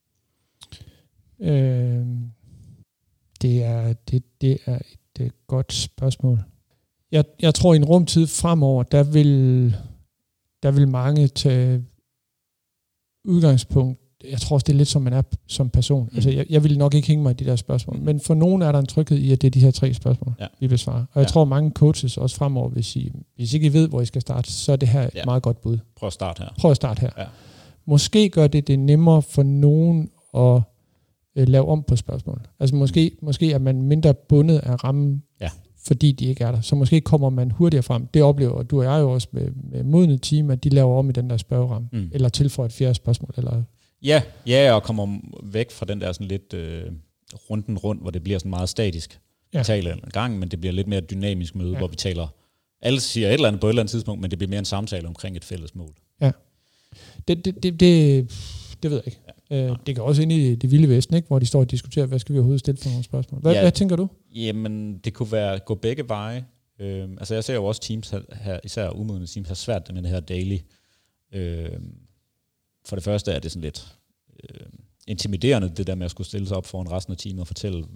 Øh, det, er, det, det er et, et godt spørgsmål. Jeg, jeg tror, i en rumtid fremover, der vil... der vil mange tage udgangspunkt. Jeg tror også, det er lidt som man er som person. Mm. Altså, jeg, jeg vil nok ikke hænge mig i de der spørgsmål, mm. men for nogen er der en tryghed i, at det er de her tre spørgsmål, ja. vi besvarer. Og jeg ja. tror, mange coaches også fremover vil sige, hvis ikke I ved, hvor I skal starte, så er det her et ja. meget godt bud. Prøv at starte her. Prøv at starte her. Ja. Måske gør det det nemmere for nogen at øh, lave om på spørgsmål. Altså måske, mm. måske er man mindre bundet af rammen, ja. fordi de ikke er der. Så måske kommer man hurtigere frem. Det oplever du og jeg jo også med, med modne team, at de laver om i den der spørgeramme, mm. eller tilføjer et fjerde spørgsmål. Eller ja, ja, og kommer væk fra den der sådan lidt øh, runden rundt, hvor det bliver sådan meget statisk. Ja. Vi taler en gang, men det bliver lidt mere dynamisk møde, ja. hvor vi taler, alle siger et eller andet på et eller andet tidspunkt, men det bliver mere en samtale omkring et fælles mål. Ja, det, det, det, det, det ved jeg ikke. Ja. Øh, det kan også ind i det vilde vesten, ikke? Hvor de står og diskuterer, hvad skal vi overhovedet stille for nogle spørgsmål. Hvad, ja. hvad tænker du? Jamen, det kunne være gå begge veje. Øh, altså, jeg ser jo også teams her, især umodne teams, har svært med det her daily. Øh, for det første er det sådan lidt øh, intimiderende, det der med at skulle stille sig op foran resten af teamet og fortælle,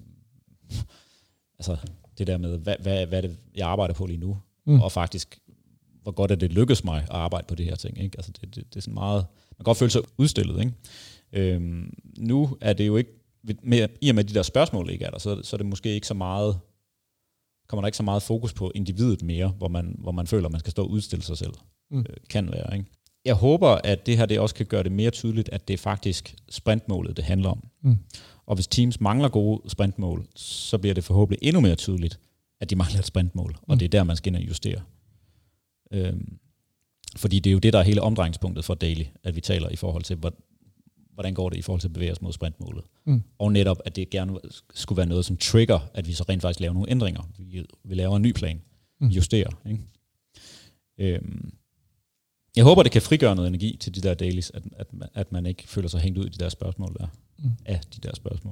altså det der med, hvad, hvad, hvad er det, jeg arbejder på lige nu, mm. og faktisk, hvor godt er det lykkes mig at arbejde på det her ting, ikke? Altså, det, det, det er sådan meget, man kan godt føle sig udstillet, ikke? Øhm, nu er det jo ikke, med, i og med de der spørgsmål ikke er der, så, så er det måske ikke så meget, kommer der ikke så meget fokus på individet mere, hvor man, hvor man føler, at man skal stå og udstille sig selv. Mm. Øh, kan være, ikke? Jeg håber, at det her det også kan gøre det mere tydeligt, at det er faktisk sprintmålet, det handler om. Mm. Og hvis teams mangler gode sprintmål, så bliver det forhåbentlig endnu mere tydeligt, at de mangler et sprintmål, mm. og det er der, man skal ind og justere. Øhm, fordi det er jo det, der er hele omdrejningspunktet for daily, at vi taler i forhold til, hvordan går det i forhold til at bevæge os mod sprintmålet. Mm. Og netop, at det gerne skulle være noget, som trigger, at vi så rent faktisk laver nogle ændringer. Vi, vi laver en ny plan, mm. justerer. Ikke? Øhm, jeg håber, det kan frigøre noget energi til de der dailies, at, at, at man ikke føler sig hængt ud i de der spørgsmål der, mm. af de der spørgsmål.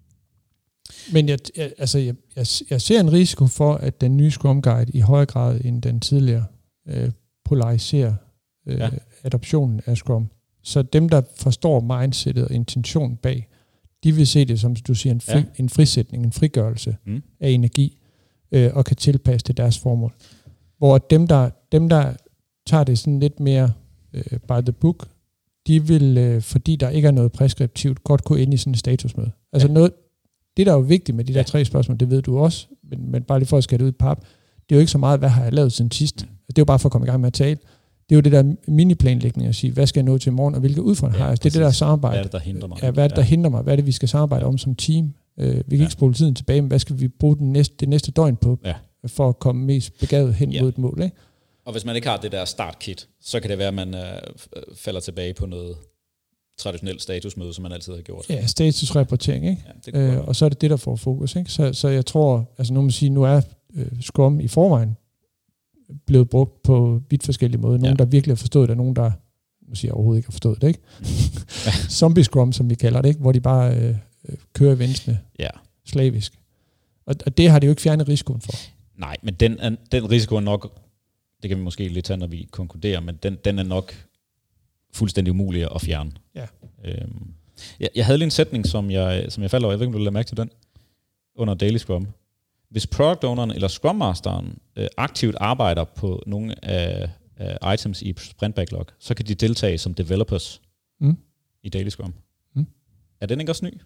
Men jeg, jeg, altså jeg, jeg, jeg ser en risiko for, at den nye Scrum Guide i højere grad end den tidligere øh, polariserer øh, ja. adoptionen af Scrum. så dem, der forstår mindsetet og intentionen bag, de vil se det som, du siger, en, fri, ja. en frisætning, en frigørelse mm. af energi, øh, og kan tilpasse det deres formål. Hvor dem, der, dem, der tager det sådan lidt mere øh, by the book, de vil, øh, fordi der ikke er noget preskriptivt, godt gå ind i sådan en statusmøde. Altså ja. noget, det, der er jo vigtigt med de der ja. tre spørgsmål, det ved du også, men, men bare lige for at skære det ud i pap, det er jo ikke så meget, hvad har jeg lavet siden sidst. Mm. Det er jo bare for at komme i gang med at tale. Det er jo det der mini-planlægning at sige, hvad skal jeg nå til i morgen, og hvilke udfordringer ja, har jeg? Det er det der samarbejde. Hvad er det, der hindrer mig? Ja, hvad er det, der ja. hindrer mig? Hvad er det, vi skal samarbejde om som team? Uh, vi kan ja. ikke spole tiden tilbage, men hvad skal vi bruge den næste, det næste døgn på, ja. for at komme mest begavet hen ja. mod et mål, ikke? Og hvis man ikke har det der startkit, så kan det være, at man uh, falder tilbage på noget traditionelt statusmøde, som man altid har gjort. Ja, statusrapportering, ikke? Ja, uh, og så er det det, der får fokus, ikke? Så, så jeg tror, altså nu må man sige, nu er uh, Scrum i forvejen blevet brugt på vidt forskellige måder. Nogen, ja. der virkelig har forstået det, og nogen, der nu siger jeg overhovedet ikke har forstået det, ikke? Zombie Scrum, som vi kalder det, ikke? Hvor de bare øh, kører venstre ja. slavisk. Og, og det har de jo ikke fjernet risikoen for. Nej, men den, er, den risiko er nok, det kan vi måske lidt tage, når vi konkluderer, men den, den er nok fuldstændig umulig at fjerne. Ja. Øhm, jeg, jeg havde lige en sætning, som jeg, som jeg faldt over, jeg ved ikke, om du lader mærke til den, under Daily Scrum. Hvis product owneren eller Scrum Masteren øh, aktivt arbejder på nogle af, af items i Sprint Backlog, så kan de deltage som developers mm. i Daily Scrum. Mm. Er den ikke også ny?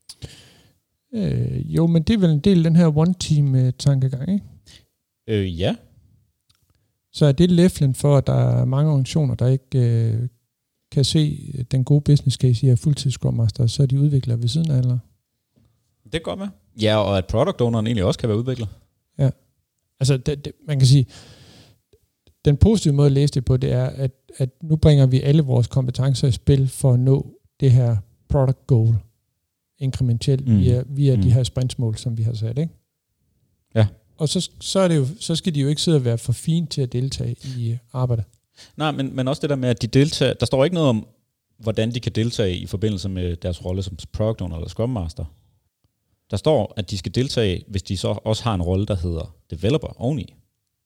Øh, jo, men det er vel en del af den her one-team-tankegang, ikke? Øh, ja. Så er det levelen for, at der er mange organisationer, der ikke øh, kan se den gode business case i at fuldtids Scrum Master, så er de udviklere ved siden af, eller? Det kan godt være. Ja, og at product owneren egentlig også kan være udvikler. Ja. Altså, det, det, man kan sige, den positive måde at læse det på, det er, at, at nu bringer vi alle vores kompetencer i spil for at nå det her product goal inkrementelt mm. via, via mm. de her sprintsmål, som vi har sat, ikke? Ja. Og så, så, er det jo, så skal de jo ikke sidde og være for fine til at deltage i arbejdet. Nej, men, men også det der med, at de deltager, der står ikke noget om, hvordan de kan deltage i forbindelse med deres rolle som product owner eller Scrum Master. Der står, at de skal deltage, hvis de så også har en rolle, der hedder developer oveni.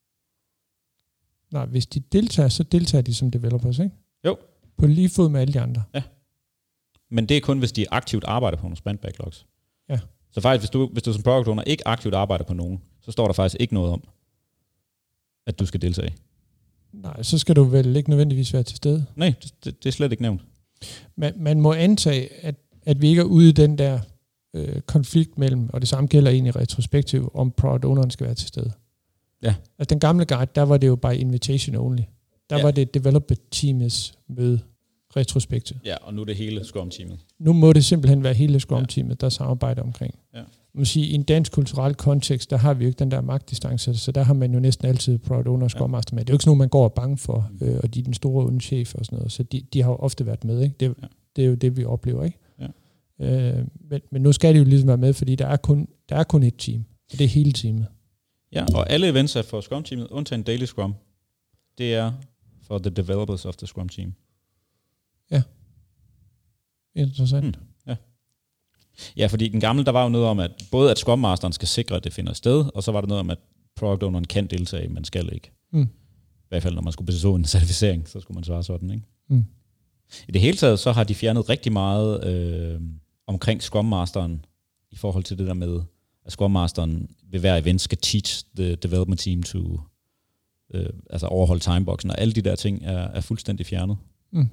Nej, hvis de deltager, så deltager de som developers, ikke? Jo. På lige fod med alle de andre. Ja. Men det er kun, hvis de aktivt arbejder på nogle sprint backlogs. Ja. Så faktisk, hvis du, hvis du som product owner ikke aktivt arbejder på nogen, så står der faktisk ikke noget om, at du skal deltage. Nej, så skal du vel ikke nødvendigvis være til stede. Nej, det, det er slet ikke nævnt. Man, man må antage, at, at vi ikke er ude i den der øh, konflikt mellem, og det samme gælder egentlig retrospektiv, om product owneren skal være til stede. Ja. Altså den gamle guide, der var det jo by invitation only. Der ja. var det developer teamets møde retrospektivt. Ja, og nu er det hele Scrum-teamet. Nu må det simpelthen være hele Scrum-teamet, der samarbejder omkring. Ja. Man sige, i en dansk kulturel kontekst, der har vi jo ikke den der magtdistance, så der har man jo næsten altid product owner og Scrum Master med. Det er jo ikke sådan noget, man går og bange for, mm. øh, og de er den store onde chef og sådan noget, så de, de har jo ofte været med, ikke? Det, ja. det er jo det, vi oplever, ikke? Ja. Øh, men, men nu skal de jo ligesom være med, fordi der er kun, der er kun et team, og det er hele teamet. Ja, og alle events er for Scrum-teamet, undtagen Daily Scrum. Det er for the developers of the Scrum-team. Ja. Interessant. Hmm. Ja. Ja, fordi den gamle, der var jo noget om, at både at Scrum Masteren skal sikre, at det finder sted, og så var der noget om, at product owneren kan deltage, men skal ikke. Hmm. I hvert fald, når man skulle bestå en certificering, så skulle man svare sådan, ikke? Hmm. I det hele taget, så har de fjernet rigtig meget øh, omkring Scrum Masteren, i forhold til det der med, at Scrum Masteren ved hver event skal teach the development team to øh, altså overholde timeboxen, og alle de der ting er, er fuldstændig fjernet. Hmm.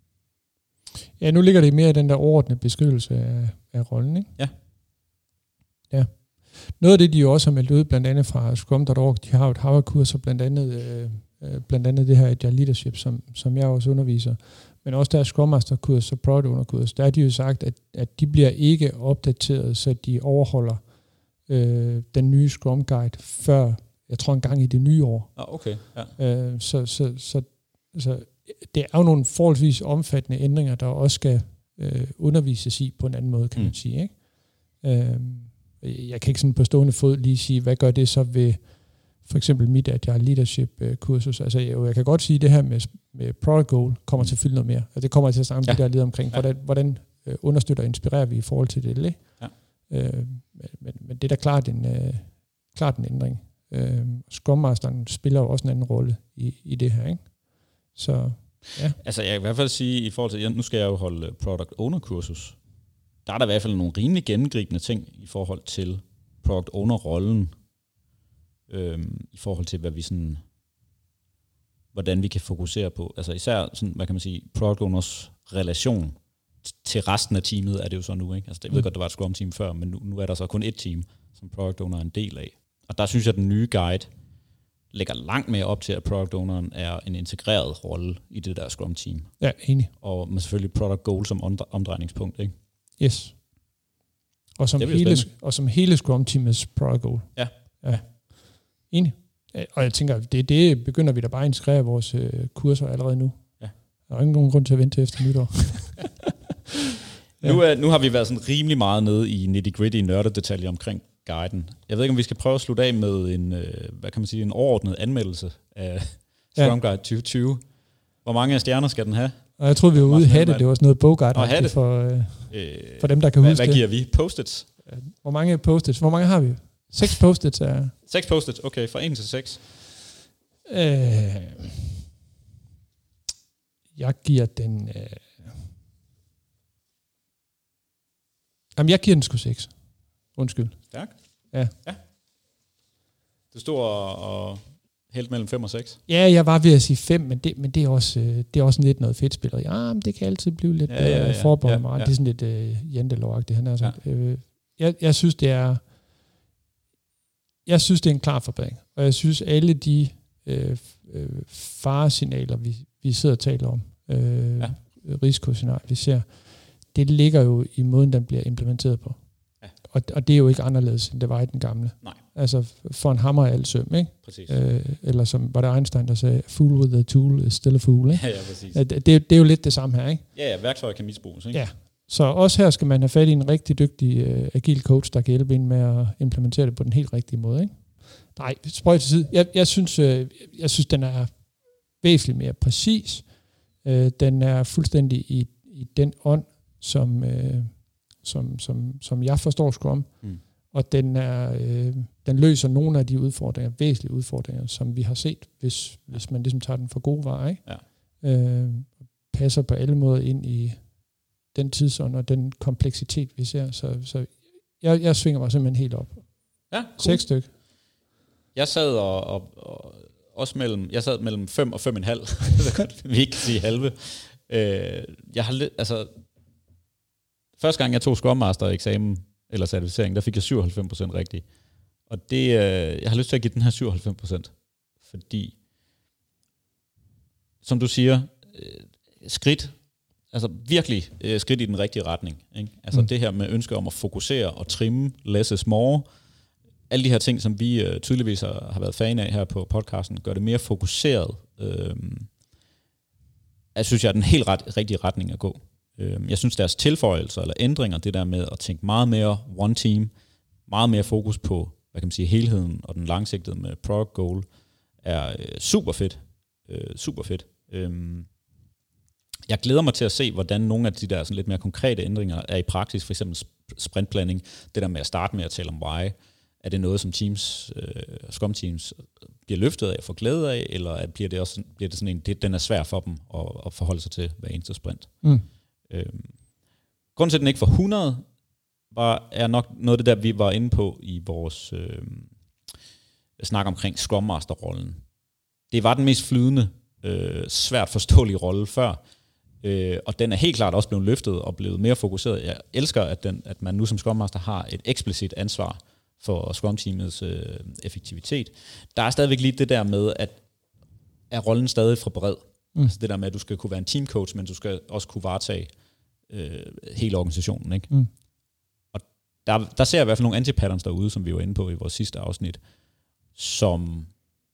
Ja, nu ligger det mere i den der overordnede beskrivelse af, af rollen, ikke? Ja. Ja. Noget af det, de jo også har meldt ud, blandt andet fra Scrum punktum org, de har jo et Harvard-kurs, og blandt andet, øh, blandt andet det her Agile Leadership, som, som jeg også underviser, men også der Scrum Master-kurs og Product Owner-kurs, der har de jo sagt, at, at de bliver ikke opdateret, så de overholder øh, den nye Scrum Guide, før, jeg tror en gang i det nye år. Ah, okay. Ja. Øh, så, så, så, så det er jo nogle forholdsvis omfattende ændringer, der også skal øh, undervises i på en anden måde, kan mm. man sige, ikke? Øh, jeg kan ikke sådan på stående fod lige sige, hvad gør det så ved for eksempel mit Agile Leadership-kursus. Altså jeg, jeg kan godt sige, at det her med, med Product Goal kommer mm. til at fylde noget mere. Altså, det kommer til at snakke ja. der lidt omkring, ja. hvordan, hvordan øh, understøtter og inspirerer vi i forhold til det, ikke? Ja. Øh, men, men det er da klart en, øh, klart en ændring. Øh, Scrum Masteren spiller jo også en anden rolle i, i det her, ikke? Så, Ja. Altså jeg kan i hvert fald sige, i forhold til, nu skal jeg jo holde Product Owner-kursus, der er der i hvert fald nogle rimelig gennemgribende ting i forhold til Product Owner-rollen, øhm, i forhold til, hvad vi sådan, hvordan vi kan fokusere på, altså især sådan, hvad kan man sige, Product Owners relation til resten af teamet er det jo så nu, ikke? Altså jeg ved mm. godt, der var et Scrum-team før, men nu, nu er der så kun et team, som Product Owner er en del af. Og der synes jeg, at den nye guide lægger langt mere op til, at Product Owneren er en integreret rolle i det der Scrum-team. Ja, enig. Og med selvfølgelig Product Goal som omdrejningspunkt, ikke? Yes. Og som, hele, og som hele Scrum-teamets Product Goal. Ja. Ja. Enig. Og jeg tænker, det, det begynder vi da bare at integrere vores øh, kurser allerede nu. Ja. Der er ikke nogen grund til at vente efter nytår. ja. nu, er, nu har vi været sådan rimelig meget nede i nitty-gritty nørdedetaljer omkring guiden. Jeg ved ikke, om vi skal prøve at slutte af med en, øh, hvad kan man sige, en overordnet anmeldelse af Scrum Guide tyve tyve. Hvor mange stjerner skal den have? Og jeg troede, vi var ude i hatte. Det var sådan noget bogguide for, øh, øh, for dem, der kan hvad, huske hvad giver vi? Post-its? Hvor mange post-its? Hvor mange har vi? Seks post-its er... Seks post-its, okay. Fra en til seks. Øh, jeg giver den... Øh, jamen, jeg giver den sgu seks. Undskyld. Tak. Ja. ja. Du stod og, og helt mellem fem og seks. Ja, jeg var ved at sige fem, men det, men det er også det er også lidt noget fedt spiller. Ja, men det kan altid blive lidt ja, ja, ja. forberedt mig. Ja, ja. Det er sådan lidt uh, jantelov-agtigt. Han er sådan. Ja. Øh, jeg, jeg synes, det er jeg synes, det er en klar forbedring. Og jeg synes, alle de øh, øh, faresignaler, vi, vi sidder og taler om, øh, ja. risikoscenarier, vi ser, det ligger jo i måden, den bliver implementeret på. Ja. Og, og det er jo ikke anderledes, end det var i den gamle. Nej. Altså, for en hammer er alt søm, ikke? Præcis. Øh, eller som var det Einstein, der sagde, fool with a tool is still a fool, ikke? Ja, ja, præcis. Det, det, det er jo lidt det samme her, ikke? Ja, ja, værktøjer kan misbruges, ikke? Ja. Så også her skal man have fat i en rigtig dygtig uh, agil coach, der kan hjælpe en med at implementere det på den helt rigtige måde, ikke? Nej, spøj til side. Jeg, jeg, synes, øh, jeg synes, den er væsentligt mere præcis. Øh, den er fuldstændig i, i den ånd, som, øh, som, som, som jeg forstår Scrum. Mm. Og den, er, øh, den løser nogle af de udfordringer, væsentlige udfordringer, som vi har set, hvis, ja. hvis man ligesom tager den for gode varer, ikke? Ja. Øh, passer på alle måder ind i den tidsånd og den kompleksitet, vi ser. Så, så jeg, jeg svinger mig simpelthen helt op. Ja, cool. Seks stykker. Jeg sad og, og, og også mellem, jeg sad mellem fem og fem og en halv. Vi ikke sige halve. Øh, jeg har lidt, altså, første gang jeg tog Scrum Master eksamen eller certificering, der fik jeg syvoghalvfems procent rigtigt. Og det, øh, jeg har lyst til at give den her syvoghalvfems procent, fordi, som du siger, øh, skridt, altså virkelig øh, skridt i den rigtige retning. Ikke? Altså mm. det her med ønske om at fokusere og trimme, less is more, alle de her ting, som vi øh, tydeligvis har, har været fan af her på podcasten, gør det mere fokuseret. Øh, jeg synes, jeg er den helt ret, rigtige retning at gå. Øh, jeg synes, deres tilføjelser eller ændringer, det der med at tænke meget mere one team, meget mere fokus på, hvad kan man sige, helheden og den langsigtede med product goal, er øh, super fedt. Øh, super fedt. Øh, jeg glæder mig til at se, hvordan nogle af de der sådan lidt mere konkrete ændringer er i praksis, for eksempel sprintplanning, det der med at starte med at tale om why. Er det noget, som teams, øh, Scrum Teams bliver løftet af og får glæde af, eller at bliver det også bliver det sådan en, det, den er svær for dem at, at forholde sig til hver eneste sprint? Mm. Øhm, grunden til, at den ikke får hundrede, var, er nok noget af det der, vi var inde på i vores øh, snak omkring Scrum Master-rollen. Det var den mest flydende, øh, svært forståelige rolle før, øh, og den er helt klart også blevet løftet og blevet mere fokuseret. Jeg elsker, at, den, at man nu som Scrum Master har et eksplicit ansvar for Scrum-teamets øh, effektivitet. Der er stadigvæk lige det der med, at er rollen stadig for bred. Mm. Altså det der med, at du skal kunne være en teamcoach, men du skal også kunne varetage øh, hele organisationen. Ikke? Mm. Og der, der ser jeg i hvert fald nogle anti-patterns derude, som vi var inde på i vores sidste afsnit, som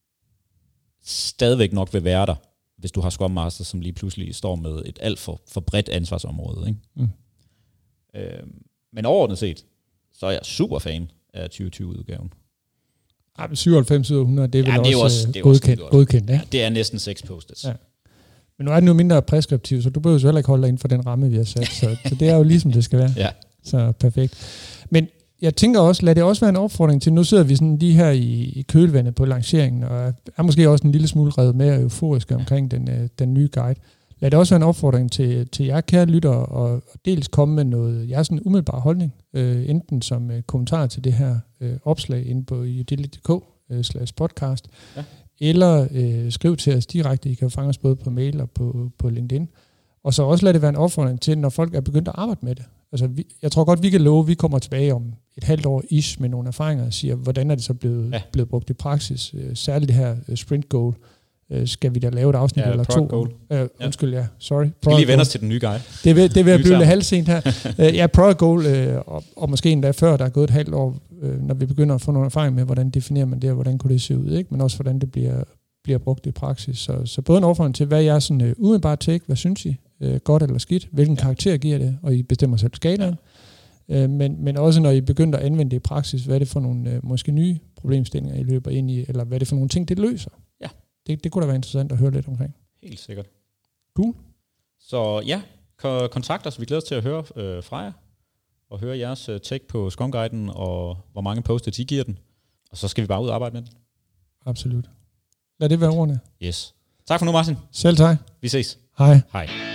stadigvæk nok vil være der, hvis du har Scrum Master, som lige pludselig står med et alt for, for bredt ansvarsområde. Ikke? Mm. Øh, men overordnet set, så er jeg super fan af tyve tyve-udgaven. Ja, syvoghalvfems ud af hundrede, det er vel ja, det er også, også det er godkendt. Også godkendt ja. Ja, det er næsten seks post-its. Ja. Men nu er den jo mindre preskriptiv, så du behøver jo heller ikke holde dig inden for den ramme, vi har sat. Så, så det er jo ligesom det skal være. Ja. Så perfekt. Men jeg tænker også, lad det også være en opfordring til, nu sidder vi sådan lige her i, i kølvandet på lanceringen, og er måske også en lille smule revet med og euforiske omkring den, den nye guide. lad det også være en opfordring til, til jer kære lyttere, og, og dels komme med noget, jeres sådan umiddelbare holdning, øh, enten som øh, kommentar til det her øh, opslag inde på utility punktum d k øh, slash podcast, ja. eller øh, skriv til os direkte. I kan fange os både på mail og på, på LinkedIn. Og så også lad det være en opfordring til, når folk er begyndt at arbejde med det. Altså, vi, jeg tror godt, vi kan love, at vi kommer tilbage om et halvt år ish med nogle erfaringer og siger, hvordan er det så blevet, ja. blevet brugt i praksis. Øh, særligt det her øh, sprint goal. Øh, skal vi da lave et afsnit ja, eller to? Goal. Øh, undskyld, ja. Sorry. Vi lige vende os til den nye guide. Det vil, det vil jeg blive lidt halvsent her. øh, ja, product goal, øh, og, og måske endda før, der er gået et halvt år, øh, når vi begynder at få nogle erfaring med, hvordan definerer man det, og hvordan kunne det se ud, ikke? Men også hvordan det bliver, bliver brugt i praksis. Så, så både en overfordring til, hvad jeg sådan øh, umiddelbart take, hvad synes I? Øh, godt eller skidt? Hvilken ja. karakter giver det? Og I bestemmer selv skalaen. Ja. Øh, men, men også når I begynder at anvende det i praksis, hvad er det for nogle øh, måske nye problemstillinger, I løber ind i, eller hvad er det for nogle ting, det løser? Ja. Det, det kunne da være interessant at høre lidt omkring. Helt sikkert. Cool. Så ja, kontakt os. Vi glæder os til at høre øh, fra jer, og høre jeres uh, take på Scrum Guiden, og hvor mange post-its I giver den. Og så skal vi bare ud og arbejde med den. Absolut. Lad det være ordene. Yes. Tak for nu, Martin. Selv tak. Vi ses. Hej. Hej.